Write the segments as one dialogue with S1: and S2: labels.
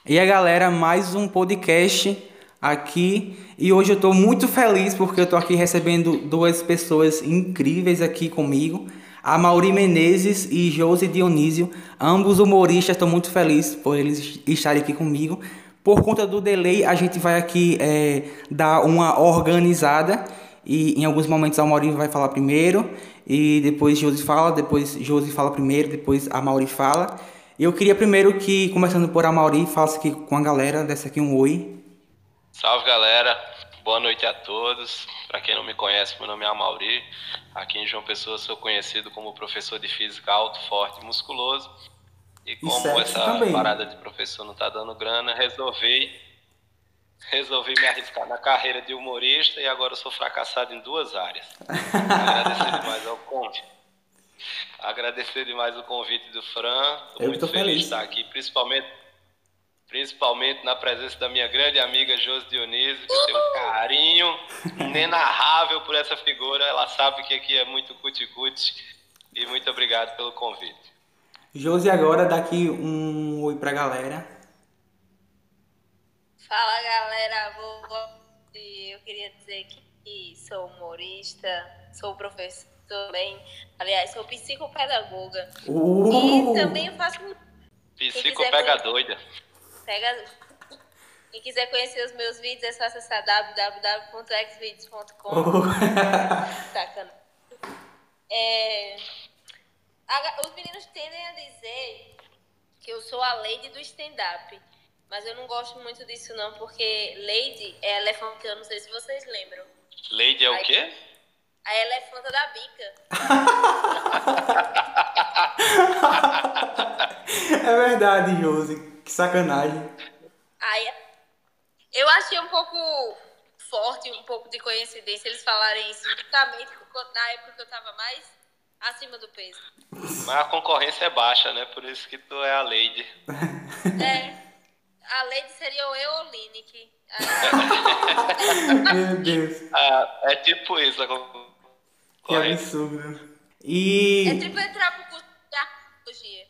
S1: E a galera, mais um podcast aqui. E hoje eu estou muito feliz porque eu estou aqui recebendo duas pessoas incríveis aqui comigo. A Mauri Menezes e Josi Dionísio, ambos humoristas. Estou muito feliz por eles estarem aqui comigo. Por conta do delay, a gente vai aqui dar uma organizada. E em alguns momentos a Mauri vai falar primeiro. E depois Josi fala, depois Josi fala primeiro, depois a Mauri fala. Eu queria primeiro que, começando por Amaury, falasse aqui com a galera, desse aqui um oi.
S2: Salve, galera. Boa noite a todos. Para quem não me conhece, meu nome é Amaury. Aqui em João Pessoa sou conhecido como professor de física alto, forte e musculoso. E
S1: E
S2: como
S1: sexy
S2: essa
S1: também.
S2: parada de professor não tá dando grana, resolvi me arriscar na carreira de humorista e agora eu sou fracassado em duas áreas. Agradecer demais ao convite. Agradecer demais o convite do Fran. Estou
S1: Eu que
S2: muito
S1: tô
S2: feliz de
S1: feliz.
S2: estar aqui, principalmente na presença da minha grande amiga Josi Dionísio, que eu tenho um carinho inenarrável por essa figura. Ela sabe que aqui é muito cuti-cuti. E muito obrigado pelo convite.
S1: Josi, agora daqui um oi pra galera.
S3: Fala galera, eu queria dizer que sou humorista, sou professor também, aliás, sou psicopedagoga e também
S1: Uh!
S3: eu faço. Quem
S2: Psico
S3: quiser
S2: pega
S3: conhecer,
S2: doida.
S3: pega, quem quiser conhecer os meus vídeos é só acessar www.xvideos.com. Sacana. Os meninos tendem a dizer que eu sou a Lady do stand-up. Mas eu não gosto muito disso não, porque Lady é elefante, eu não sei se vocês lembram.
S2: Lady é o quê?
S3: A elefanta da bica.
S1: É verdade, Josi. Que sacanagem.
S3: Aí eu achei um pouco forte, um pouco de coincidência eles falarem isso justamente na época que eu tava mais acima do peso.
S2: Mas a concorrência é baixa, né? Por isso que tu é a Lady.
S3: A Lady seria o Eolinik.
S1: Meu Deus.
S2: É tipo isso a
S1: Que
S2: concorrência.
S1: absurdo.
S3: É
S1: E
S3: tipo entrar pro curso de arqueologia.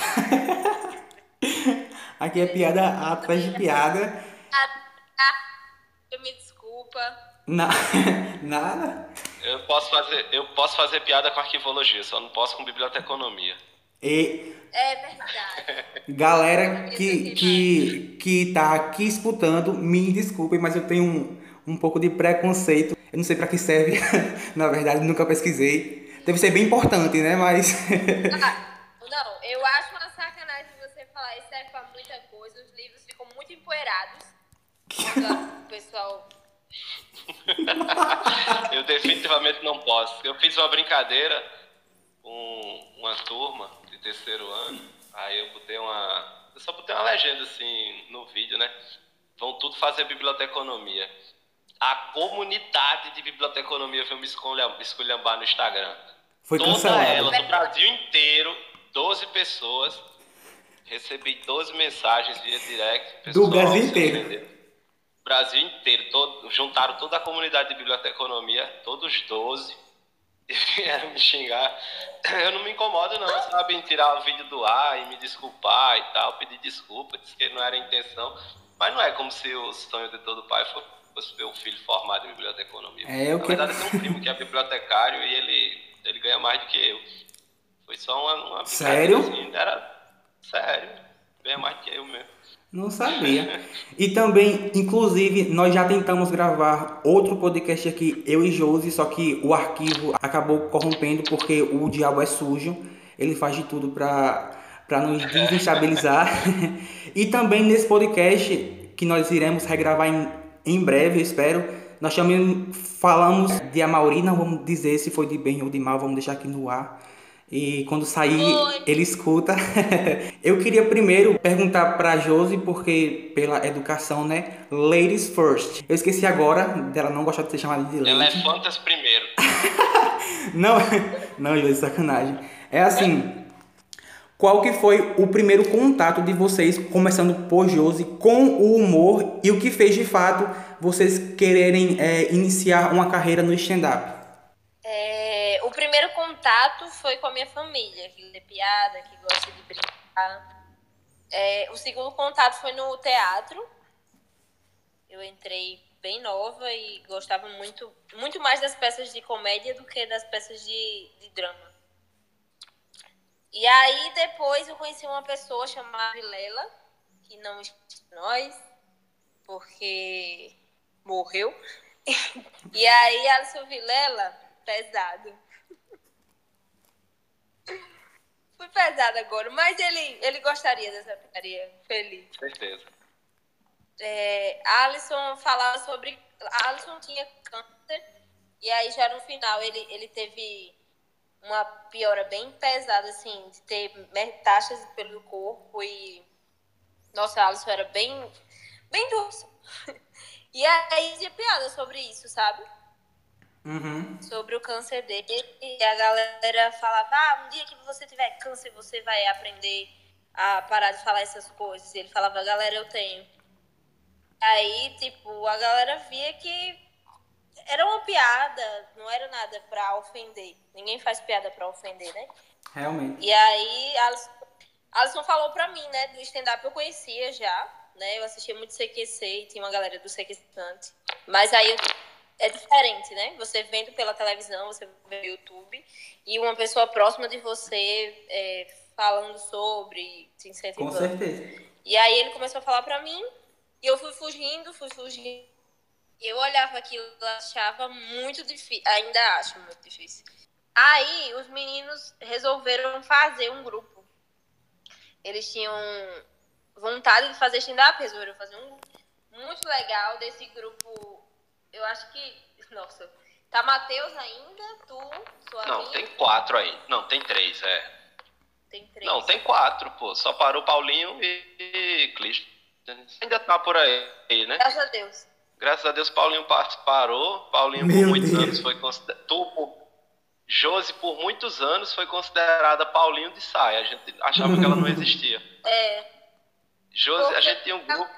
S1: aqui é piada atrás de piada.
S3: Me desculpa.
S1: Na... Nada.
S2: Eu posso fazer piada com arquivologia, só não posso com biblioteconomia.
S1: E
S3: É verdade.
S1: galera
S3: Ia ser
S1: que,
S3: queimado.
S1: que tá aqui escutando, me desculpem, mas eu tenho um pouco de preconceito. Eu não sei pra que serve, na verdade, nunca pesquisei. Deve ser bem importante, né? Mas.
S3: Não, eu acho uma sacanagem você falar isso serve pra muita coisa. Os livros ficam muito empoeirados quando o pessoal.
S2: Eu definitivamente não posso. Eu fiz uma brincadeira com uma turma de terceiro ano. Aí eu só botei uma legenda assim no vídeo, né? Vão tudo fazer biblioteconomia. A comunidade de biblioteconomia veio me esculhambar no Instagram.
S1: Foi
S2: Toda
S1: cancelado.
S2: ela, do Brasil inteiro, 12 pessoas. Recebi 12 mensagens via direct,
S1: Do
S2: pessoal
S1: Brasil
S2: se
S1: inteiro.
S2: ofendendo. Brasil inteiro, juntaram toda a comunidade de biblioteconomia, todos 12, e vieram me xingar. Eu não me incomodo não, sabe, em tirar o vídeo do ar e me desculpar e tal, pedir desculpa, disse que não era a intenção, mas não é como se o sonho de todo pai fosse ver o filho formado em biblioteconomia.
S1: É o
S2: Na
S1: que.
S2: verdade, eu tenho um primo que é bibliotecário e ele ganha mais do que eu. Foi só uma brincadeira
S1: Sério?
S2: assim, era sério, ganha mais do que eu mesmo.
S1: Não sabia. E também, inclusive, nós já tentamos gravar outro podcast aqui, eu e Josi, só que o arquivo acabou corrompendo porque o diabo é sujo. Ele faz de tudo para nos desestabilizar. E também nesse podcast, que nós iremos regravar em breve, eu espero, nós também falamos de Amaury, não vamos dizer se foi de bem ou de mal, vamos deixar aqui no ar. E quando sair,
S3: Foi.
S1: ele escuta. Eu queria primeiro perguntar para Josi, porque pela educação, né? Ladies first. Eu esqueci agora dela não gostar de ser chamada de lady.
S2: Elefantas primeiro.
S1: Não, não, Josi, sacanagem. É assim, qual que foi o primeiro contato de vocês, começando por Josi, com o humor e o que fez de fato vocês quererem iniciar uma carreira no stand-up?
S3: O primeiro contato foi com a minha família, que lê piada, que gosta de brincar. O segundo contato foi no teatro. Eu entrei bem nova e gostava muito, muito mais das peças de comédia do que das peças de drama. E aí depois eu conheci uma pessoa chamada Vilela, que não existe nós, porque morreu. E aí Alisson Vilela, pesado. Fui pesado agora, mas ele gostaria dessa putaria, feliz.
S2: Certeza.
S3: Alisson falava sobre... Alisson tinha câncer, e aí já no final ele teve uma piora bem pesada, assim, de ter metástases pelo corpo e... Nossa, Alisson era bem, bem doce. E aí tinha piada sobre isso, sabe?
S1: Uhum.
S3: Sobre o câncer dele. E a galera falava, um dia que você tiver câncer, você vai aprender a parar de falar essas coisas. E ele falava, galera, eu tenho. Aí, tipo, a galera via que era uma piada, não era nada pra ofender. Ninguém faz piada pra ofender, né?
S1: Realmente.
S3: E aí, Alisson falou pra mim, né, do stand-up eu conhecia já, né? Eu assistia muito CQC e tinha uma galera do CQC antes. Mas aí é diferente, né? Você vendo pela televisão, você vê no YouTube, e uma pessoa próxima de você falando sobre, te incentivando.
S1: Com certeza.
S3: E aí ele começou a falar pra mim, e eu fui fugindo. Eu olhava aquilo e achava muito difícil, ainda acho muito difícil. Aí os meninos resolveram fazer um grupo. Eles tinham vontade de fazer stand-up, resolveram fazer um grupo muito legal desse grupo. Eu acho que... Nossa, tá Matheus ainda, tu, sua
S2: Não,
S3: amiga.
S2: tem 4 aí. Não, tem 3,
S3: Tem 3.
S2: Não, tem 4, pô. Só parou Paulinho e Clisto. Ainda tá por aí, né?
S3: Graças a Deus.
S2: Graças a Deus, Paulinho parou. Paulinho,
S1: Meu
S2: por muitos
S1: Deus.
S2: anos, foi considerado... Josi, por muitos anos, foi considerada Paulinho de saia. A gente achava que ela não existia. Josi,
S3: Porque...
S2: a gente tinha um grupo.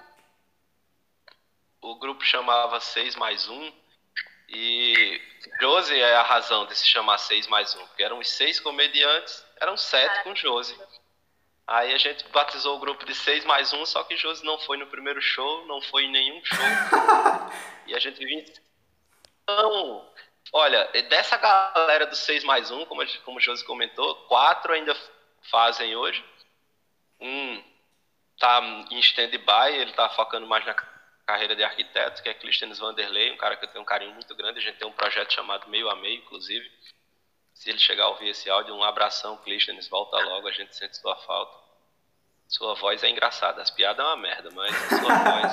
S2: O grupo chamava 6 mais 1. E Josi é a razão de se chamar 6 mais 1. Porque eram os 6 comediantes, eram 7 com Josi. Aí a gente batizou o grupo de 6 mais 1, só que Josi não foi no primeiro show, não foi em nenhum show. E a gente vinha... Então, olha, dessa galera do 6 mais 1, como o Josi comentou, 4 ainda fazem hoje. Um tá em stand-by, ele tá focando mais na carreira de arquiteto, que é Clístenes Vanderlei, um cara que eu tenho um carinho muito grande. A gente tem um projeto chamado Meio a Meio, inclusive. Se ele chegar a ouvir esse áudio, um abração, Clístenes, volta logo, a gente sente sua falta. Sua voz é engraçada, as piadas é uma merda, mas a sua voz...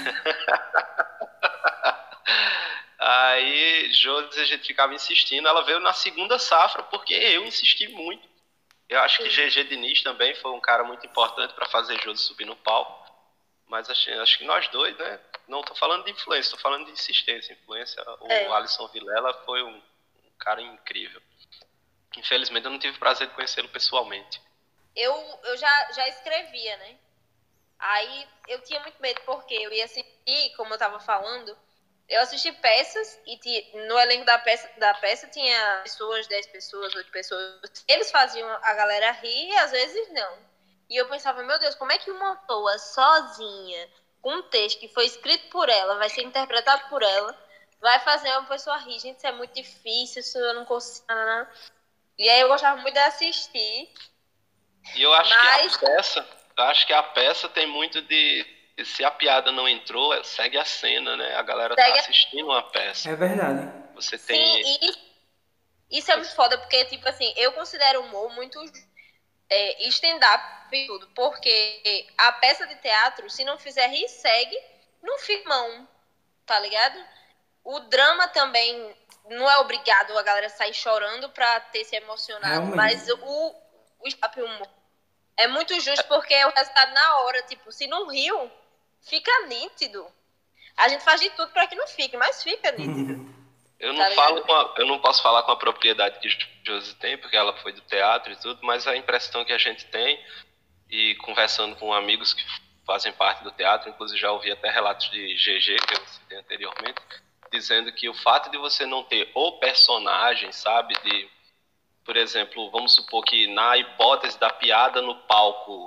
S2: Aí, Josi, a gente ficava insistindo, ela veio na segunda safra, porque eu insisti muito. Eu acho que GG Diniz também foi um cara muito importante para fazer Josi subir no palco. Mas acho que nós dois, né? Não tô falando de influência, tô falando de insistência. O Alisson Vilela foi um cara incrível. Infelizmente eu não tive o prazer de conhecê-lo pessoalmente.
S3: Eu já escrevia, né? Aí eu tinha muito medo, porque eu ia assistir, como eu tava falando, eu assisti peças e no elenco da peça tinha pessoas, 10 pessoas, 8 pessoas. Eles faziam a galera rir e às vezes não. E eu pensava, meu Deus, como é que uma pessoa sozinha, com um texto que foi escrito por ela, vai ser interpretado por ela, vai fazer uma pessoa rir? Gente, isso é muito difícil, isso eu não consigo. E aí eu gostava muito de assistir.
S2: E eu acho que a peça tem muito de... Se a piada não entrou, segue a cena, né? A galera tá assistindo uma peça.
S1: É verdade.
S2: Você tem...
S3: Sim, e isso é muito foda, porque, tipo assim, eu considero o humor muito stand-up e tudo, porque a peça de teatro, se não fizer rir, segue, não fica mão, tá ligado? O drama também não é obrigado a galera sair chorando pra ter se emocionado,
S1: Realmente.
S3: mas o stand-up humor é muito justo, porque é o resultado na hora, tipo, se não riu, fica nítido. A gente faz de tudo pra que não fique, mas fica nítido.
S2: Eu não posso falar com a propriedade que Josi tem, porque ela foi do teatro e tudo, mas a impressão que a gente tem, e conversando com amigos que fazem parte do teatro, inclusive já ouvi até relatos de GG, que eu citei anteriormente, dizendo que o fato de você não ter o personagem, sabe, por exemplo, vamos supor que na hipótese da piada no palco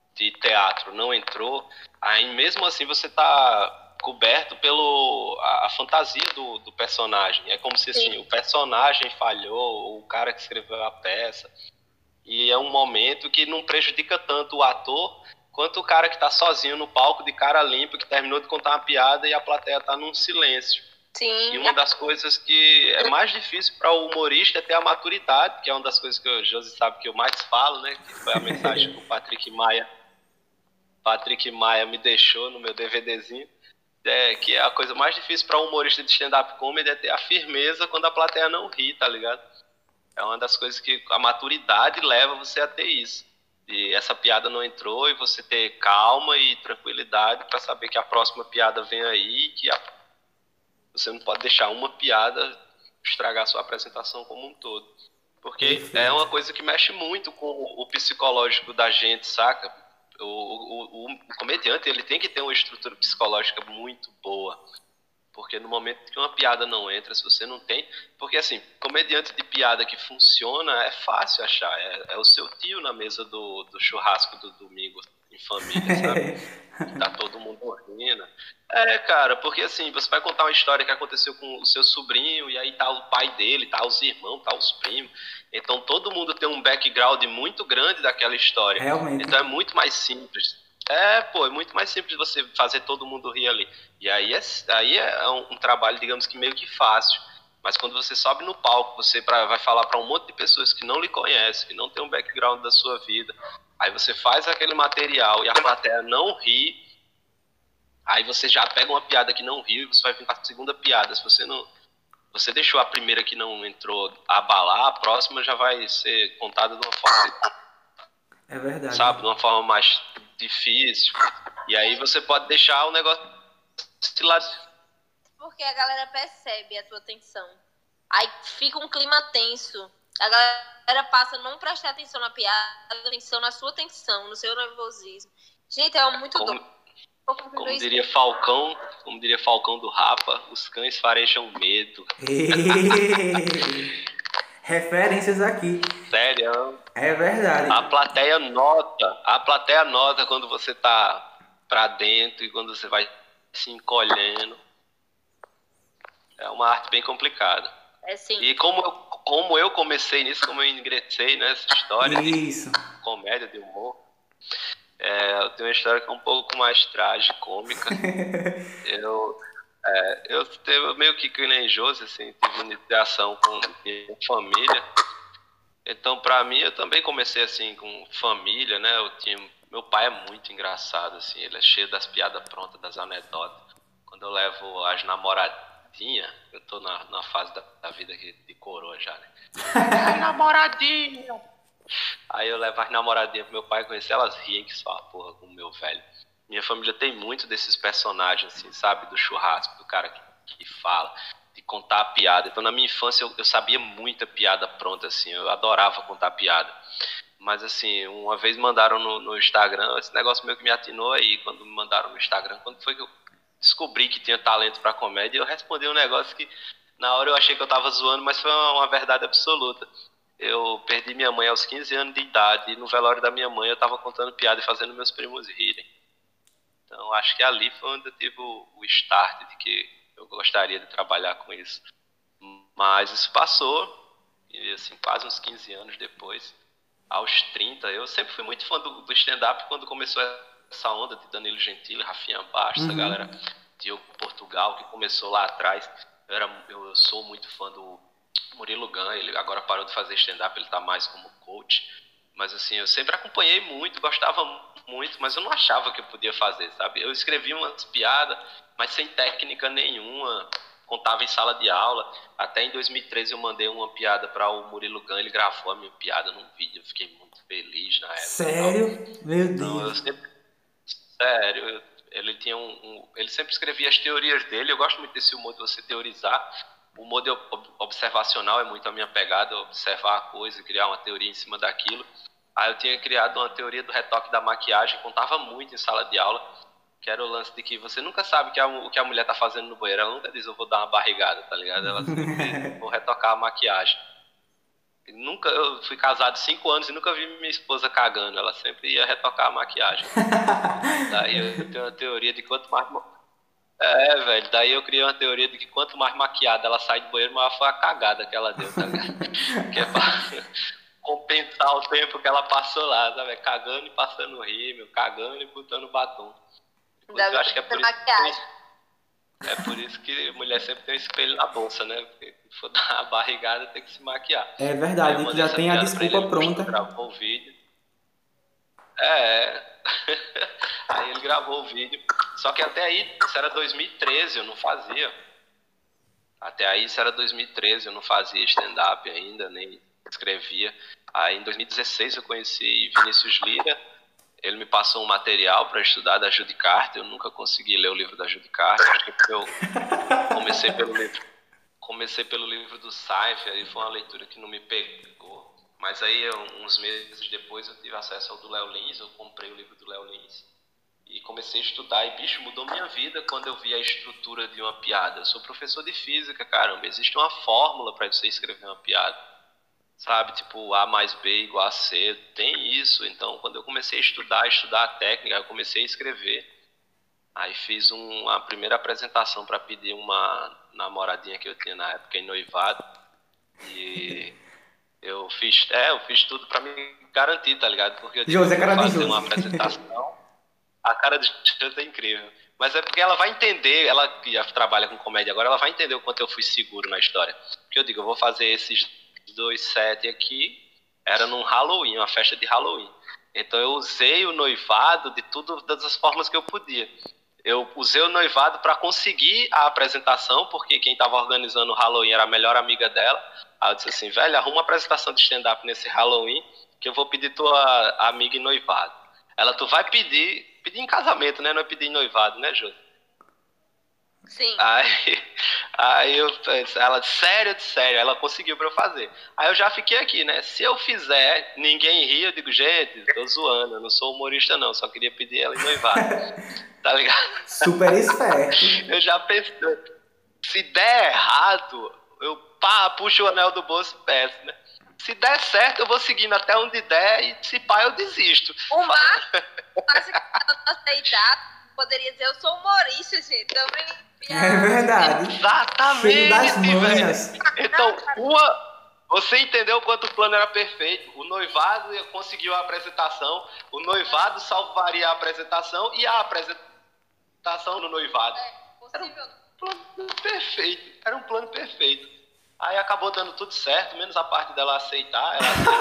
S2: de teatro não entrou, aí mesmo assim você tá coberto pelo a fantasia do personagem. É como se assim,
S3: Sim.
S2: o personagem falhou, o cara que escreveu a peça. E é um momento que não prejudica tanto o ator quanto o cara que está sozinho no palco, de cara limpa, que terminou de contar uma piada e a plateia está num silêncio. E
S3: Sim.
S2: uma das coisas que é mais difícil para o humorista é ter a maturidade, que é uma das coisas que o Josi sabe que eu mais falo, né? Que foi a mensagem que o Patrick Maia me deixou no meu DVDzinho. Que é a coisa mais difícil para um humorista de stand-up comedy é ter a firmeza quando a plateia não ri, tá ligado? É uma das coisas que a maturidade leva você a ter isso. E essa piada não entrou e você ter calma e tranquilidade para saber que a próxima piada vem aí e que você não pode deixar uma piada estragar a sua apresentação como um todo. Porque é
S1: Perfeito.
S2: uma coisa que mexe muito com o psicológico da gente, saca? O comediante ele tem que ter uma estrutura psicológica muito boa. Porque no momento que uma piada não entra, se você não tem. Porque assim, comediante de piada que funciona é fácil achar. É o seu tio na mesa do churrasco do domingo em família, sabe? E tá todo mundo rindo. Cara, porque assim, você vai contar uma história que aconteceu com o seu sobrinho, e aí tá o pai dele, tá os irmãos, tá os primos. Então todo mundo tem um background muito grande daquela história.
S1: Realmente.
S2: Então é muito mais simples. É muito mais simples você fazer todo mundo rir ali. E aí é um trabalho, digamos que meio que fácil. Mas quando você sobe no palco, você vai falar para um monte de pessoas que não lhe conhecem, que não tem um background da sua vida. Aí você faz aquele material e a plateia não ri. Aí você já pega uma piada que não riu e você vai vir com a segunda piada. Se você não, você deixou a primeira que não entrou abalar, a próxima já vai ser contada de uma forma,
S1: É verdade.
S2: sabe, de uma forma mais difícil. E aí você pode deixar o negócio se lá.
S3: Porque a galera percebe a tua tensão. Aí fica um clima tenso. A galera passa a não prestar atenção na piada, atenção na sua tensão, no seu nervosismo. Gente, é muito doido.
S2: Como diria Falcão do Rapa, os cães farejam medo.
S1: Referências aqui.
S2: Sério.
S1: É verdade.
S2: A plateia nota quando você tá pra dentro e quando você vai se encolhendo. É uma arte bem complicada.
S3: É sim.
S2: E como eu comecei nisso, como eu ingressei nessa história
S1: Isso.
S2: de comédia, de humor, eu tenho uma história que é um pouco mais tragicômica. Eu meio que nem Josi, assim, tive iniciação com minha família. Então, pra mim, eu também comecei assim com família, né? Meu pai é muito engraçado, assim, ele é cheio das piadas prontas, das anedotas. Quando eu levo as namoradinhas, eu tô na fase da vida de coroa já, né? Namoradinha! Aí eu levo as namoradinhas pro meu pai conhecer, elas riem que só a porra com o meu velho. Minha família tem muito desses personagens, assim, sabe? Do churrasco, do cara que fala, de contar a piada. Então, na minha infância, eu sabia muita piada pronta, assim. Eu adorava contar piada. Mas, assim, uma vez mandaram no Instagram, esse negócio meio que me atinou aí, quando me mandaram no Instagram. Quando foi que eu descobri que tinha talento pra comédia, eu respondi um negócio que, na hora eu achei que eu tava zoando, mas foi uma verdade absoluta. Eu perdi minha mãe aos 15 anos de idade, e no velório da minha mãe eu tava contando piada e fazendo meus primos rirem. Então, acho que ali foi onde eu tive o start de que eu gostaria de trabalhar com isso. Mas isso passou, e assim, quase uns 15 anos depois, aos 30, eu sempre fui muito fã do stand-up quando começou essa onda de Danilo Gentili, Rafinha Bastos, essa galera de Portugal, que começou lá atrás. Eu sou muito fã do Murilo Gun, ele agora parou de fazer stand-up, ele tá mais como coach. Mas assim, eu sempre acompanhei muito, gostava muito, mas eu não achava que eu podia fazer, sabe? Eu escrevia umas piadas, mas sem técnica nenhuma, contava em sala de aula. Até em 2013 eu mandei uma piada para o Murilo Gun, ele gravou a minha piada num vídeo, eu fiquei muito feliz na época.
S1: Sério? Meu
S2: Então,
S1: Deus.
S2: sério, ele tinha ele sempre escrevia as teorias dele. Eu gosto muito desse humor de você teorizar. O humor observacional é muito a minha pegada, observar a coisa, criar uma teoria em cima daquilo. Aí eu tinha criado uma teoria do retoque da maquiagem, contava muito em sala de aula, que era o lance de que você nunca sabe o que a mulher tá fazendo no banheiro. Ela nunca diz, eu vou dar uma barrigada, tá ligado? Ela sempre diz, vou retocar a maquiagem. Eu fui casado 5 anos e nunca vi minha esposa cagando. Ela sempre ia retocar a maquiagem. Daí eu tenho uma teoria de quanto mais... velho. Daí eu criei uma teoria de que quanto mais maquiada ela sai do banheiro, maior foi a cagada que ela deu, tá ligado? Que é pra compensar o tempo que ela passou lá, sabe? Cagando e passando rímel, cagando e botando batom. Eu acho que é por isso que mulher sempre tem um espelho na bolsa, né? Porque se for dar uma barrigada, tem que se maquiar.
S1: É verdade, que já tem a desculpa pronta.
S2: Gravou o vídeo. Aí ele gravou o vídeo. Só que até aí, isso era 2013, eu não fazia. Até aí, isso era 2013, eu não fazia stand-up ainda, nem escrevia. Aí, em 2016, eu conheci Vinícius Lira. Ele me passou um material para estudar da Judy Carter. Eu nunca consegui ler o livro da Judy Carter, porque eu comecei pelo livro do Seinfeld, aí foi uma leitura que não me pegou. Mas aí, uns meses depois, eu tive acesso ao do Léo Lins, eu comprei o livro do Léo Lins e comecei a estudar, e bicho, mudou minha vida quando eu vi a estrutura de uma piada. Eu sou professor de física, caramba, existe uma fórmula para você escrever uma piada, sabe? Tipo, A mais B igual a C, tem isso. Então, quando eu comecei a estudar a técnica, eu comecei a escrever. Aí fiz uma primeira apresentação para pedir uma namoradinha que eu tinha na época em noivado. E eu fiz tudo para me garantir, tá ligado? Porque eu tinha que fazer uma apresentação. A cara de José é incrível. Mas é porque ela vai entender, ela que trabalha com comédia agora, ela vai entender o quanto eu fui seguro na história. Porque eu digo, eu vou fazer esses 2 sets aqui, era num Halloween, uma festa de Halloween. Então eu usei o noivado de todas as formas que eu podia. Eu usei o noivado para conseguir a apresentação, porque quem estava organizando o Halloween era a melhor amiga dela. Aí eu disse assim, velho, arruma uma apresentação de stand-up nesse Halloween, que eu vou pedir tua amiga em noivado. Tu vai pedir em casamento, né? Não é pedir em noivado, né, Jô?
S3: Sim.
S2: Aí ela disse, sério, ela conseguiu pra eu fazer. Aí eu já fiquei aqui, né? Se eu fizer, ninguém ri, eu digo, gente, tô zoando, eu não sou humorista não, só queria pedir ela em noivado. Tá ligado?
S1: Super esperto.
S2: Eu já pensei, se der errado, eu puxo o anel do bolso e peço, né? Se der certo, eu vou seguindo até onde der e se pá, eu desisto.
S3: O máximo que ela não aceitar, poderia dizer, eu sou humorista, gente. Também.
S1: É verdade.
S2: Exatamente,
S1: cheio das manhas.
S2: Então, você entendeu o quanto o plano era perfeito. O noivado conseguiu a apresentação, o noivado salvaria a apresentação e a apresentação no noivado.
S3: Possível.
S2: Era um plano perfeito. Aí acabou dando tudo certo, menos a parte dela aceitar.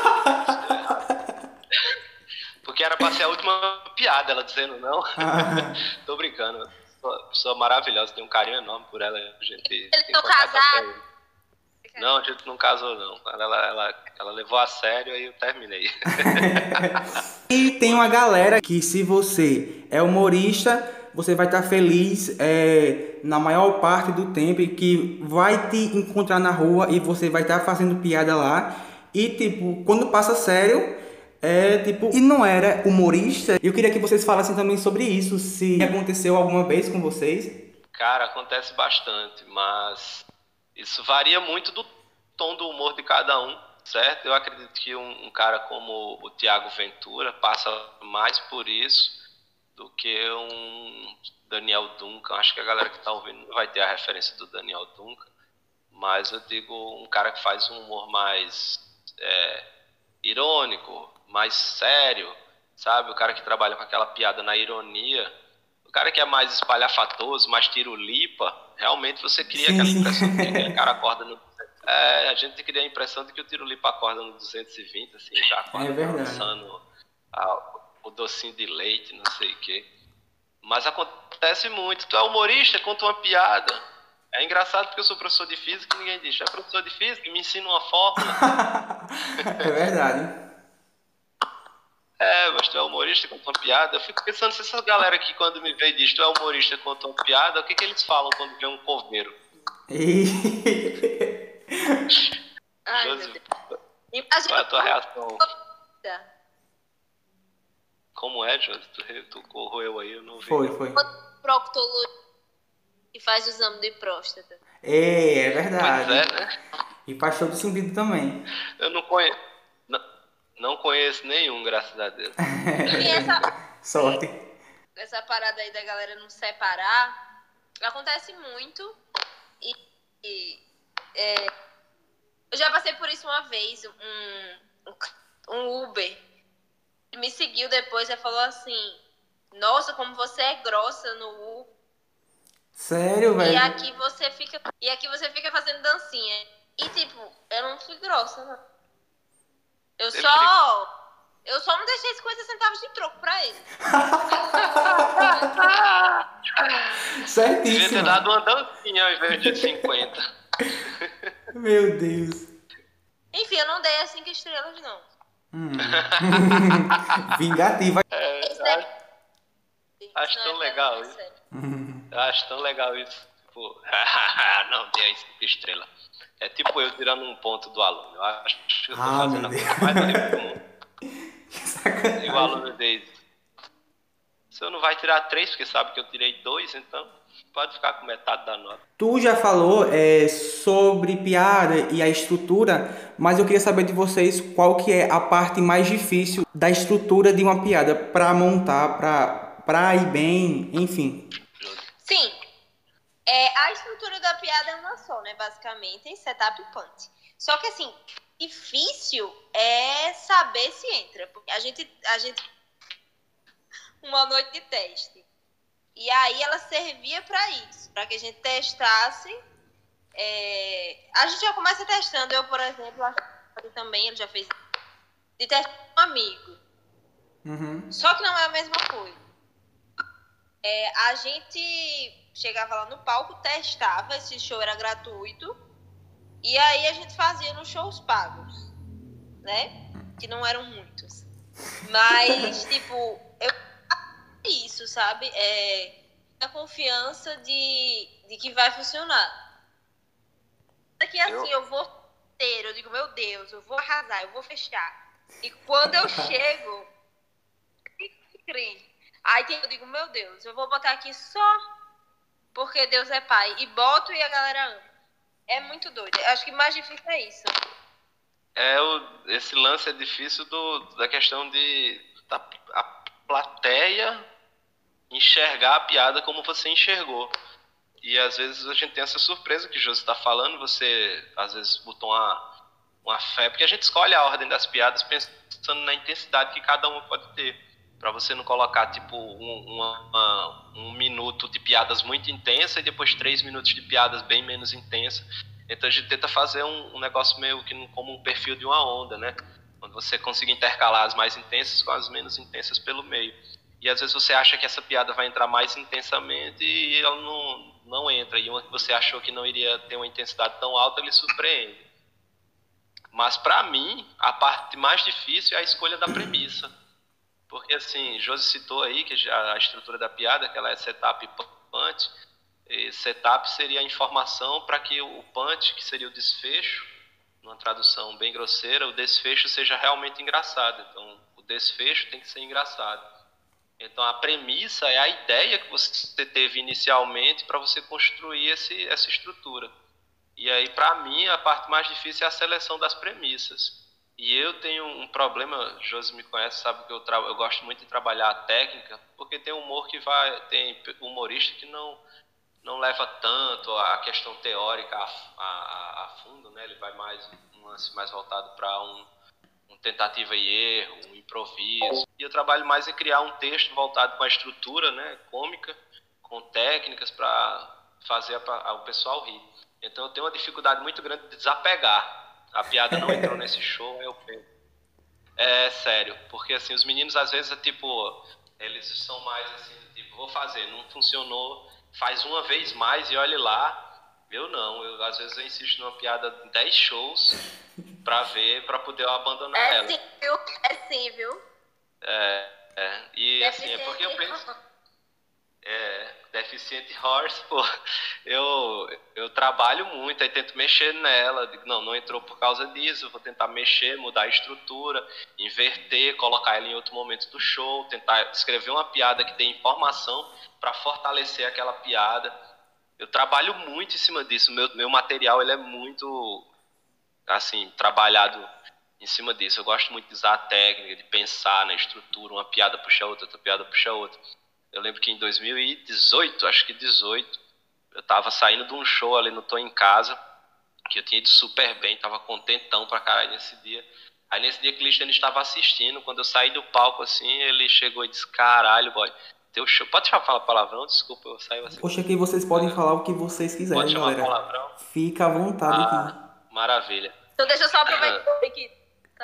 S2: Porque era pra ser a última piada, ela dizendo não. Tô brincando. Pessoa maravilhosa, tenho um carinho enorme por ela.
S3: Eles estão casados?
S2: Não, a gente não casou, não. Ela levou a sério e eu terminei.
S1: E tem uma galera que, se você é humorista, você vai estar feliz na maior parte do tempo, e que vai te encontrar na rua e você vai estar fazendo piada lá. E, tipo, quando passa sério, e não era humorista. Eu queria que vocês falassem também sobre isso, se aconteceu alguma vez com vocês.
S2: Cara, acontece bastante, mas isso varia muito do tom do humor de cada um, certo? Eu acredito que um cara como o Thiago Ventura passa mais por isso do que um Daniel Duncan. Acho que a galera que está ouvindo não vai ter a referência do Daniel Duncan, mas eu digo um cara que faz um humor mais irônico, mais sério, sabe? O cara que trabalha com aquela piada na ironia, o cara que é mais espalhafatoso, mais tirulipa, realmente você cria aquela impressão de que aquele cara acorda no... a gente cria a impressão de que o tirulipa acorda no 220, assim, já acorda dançando o docinho de leite, não sei o quê. Mas acontece muito. Tu é humorista, conta uma piada. É engraçado porque eu sou professor de física e ninguém diz, é professor de física, me ensina uma fórmula.
S1: É verdade.
S2: Mas tu é humorista, conta uma piada. Eu fico pensando se essa galera aqui, quando me vê e diz tu é humorista, conta uma piada, o que eles falam quando vê um coveiro?
S3: Ai, meu Deus.
S2: Qual é a tua reação? Como é, Josi? Tu corroeu aí, eu não vi.
S1: Foi.
S3: Proctologista e faz o exame de próstata.
S1: É verdade.
S2: Pois é, né?
S1: E faz todo sentido também.
S2: Eu não conheço, não conheço nenhum, graças a Deus.
S3: E
S1: Sorte.
S3: essa parada aí da galera não separar acontece muito. E eu já passei por isso uma vez. Um Uber me seguiu depois e falou assim: Nossa, como você é grossa no Uber.
S1: Sério,
S3: E
S1: velho?
S3: aqui você fica fazendo dancinha. E tipo, eu não fui grossa, não. Eu só não deixei 50 centavos de troco pra ele.
S2: Devia ter
S1: Certíssimo.
S2: dado uma dancinha ao invés de 50.
S1: Meu Deus.
S3: Enfim, eu não dei as 5 estrelas, não.
S1: Vingativa.
S3: Esse é...
S2: Acho
S3: não,
S2: tão
S3: é
S2: legal
S3: sério, é
S2: isso.
S3: sério.
S2: Eu acho tão legal isso. Tipo, não dei as 5 estrelas. É tipo eu tirando um ponto do aluno. Eu acho que eu tô fazendo a
S1: Meu
S2: coisa
S1: Deus.
S2: mais horrível do mundo.
S1: Que
S2: E o aluno
S1: sacanagem.
S2: diz: Você não vai tirar 3 porque sabe que eu tirei 2, então pode ficar com metade da nota.
S1: Tu já falou sobre piada e a estrutura, mas eu queria saber de vocês qual que é a parte mais difícil da estrutura de uma piada para montar, para ir bem, enfim.
S3: Sim, a estrutura da piada é uma só, né? Basicamente, setup e punch. Só que assim, difícil é saber se entra. Porque a gente uma noite de teste. E aí ela servia para isso, para que a gente testasse. A gente já começa testando. Eu, por exemplo, acho que também ele já fez de testar com um amigo.
S1: Uhum.
S3: Só que não é a mesma coisa. A gente chegava lá no palco, testava, esse show era gratuito, e aí a gente fazia nos shows pagos, né? Que não eram muitos. Mas, tipo, eu isso, sabe? A confiança de que vai funcionar. Daqui assim, eu vou ter, eu digo, meu Deus, eu vou arrasar, eu vou fechar. E quando eu chego, aí eu digo, meu Deus, eu vou botar aqui só porque Deus é pai. E boto e a galera ama. É muito doido. Eu acho que mais difícil é isso.
S2: Esse lance é difícil da questão a plateia enxergar a piada como você enxergou. E às vezes a gente tem essa surpresa que o Josi está falando, você às vezes botou uma fé, porque a gente escolhe a ordem das piadas pensando na intensidade que cada uma pode ter, para você não colocar tipo um minuto de piadas muito intensa e depois 3 minutos de piadas bem menos intensas. Então a gente tenta fazer um negócio meio que como um perfil de uma onda, né? Onde você consiga intercalar as mais intensas com as menos intensas pelo meio. E às vezes você acha que essa piada vai entrar mais intensamente e ela não entra. E uma que você achou que não iria ter uma intensidade tão alta, ele surpreende. Mas para mim, a parte mais difícil é a escolha da premissa. Porque assim, Josi citou aí que já a estrutura da piada, que ela é setup e punch. E setup seria a informação para que o punch, que seria o desfecho, numa tradução bem grosseira, o desfecho seja realmente engraçado. Então, o desfecho tem que ser engraçado. Então, a premissa é a ideia que você teve inicialmente para você construir essa estrutura. E aí, para mim, a parte mais difícil é a seleção das premissas. E eu tenho um problema, Josi me conhece, sabe que eu gosto muito de trabalhar a técnica, porque tem humor tem humorista que não leva tanto a questão teórica a fundo, né? Ele vai um lance mais voltado para um tentativa e erro, um improviso. E eu trabalho mais em criar um texto voltado com a estrutura, né, cômica, com técnicas para fazer o pessoal rir. Então eu tenho uma dificuldade muito grande de desapegar. A piada não entrou nesse show, aí eu penso. É sério, porque assim, os meninos às vezes eles são mais assim, tipo, vou fazer, não funcionou, faz uma vez mais e olhe lá. Eu não, às vezes eu insisto numa piada em 10 shows pra poder eu abandonar ela.
S3: É sim, viu?
S2: E assim, é porque eu penso... Deficiente horse, pô, eu trabalho muito, aí tento mexer nela, digo, não entrou por causa disso, vou tentar mexer, mudar a estrutura, inverter, colocar ela em outro momento do show, tentar escrever uma piada que dê informação para fortalecer aquela piada. Eu trabalho muito em cima disso, meu material ele é muito assim, trabalhado em cima disso. Eu gosto muito de usar a técnica, de pensar na estrutura, uma piada puxa outra, outra piada puxa outra. Eu lembro que em 2018, acho que 18, eu tava saindo de um show ali no Tô em Casa, que eu tinha ido super bem, tava contentão pra caralho nesse dia. Aí nesse dia que o Cristiano estava assistindo, quando eu saí do palco assim, ele chegou e disse, caralho, boy, teu show... Pode falar palavrão? Desculpa, eu saio assim.
S1: Poxa, aqui vocês podem falar o que vocês
S2: Pode
S1: quiserem,
S2: chamar
S1: galera.
S2: palavrão?
S1: Fica à vontade aqui.
S2: Maravilha.
S3: Então deixa eu só aproveitar aqui. Tá?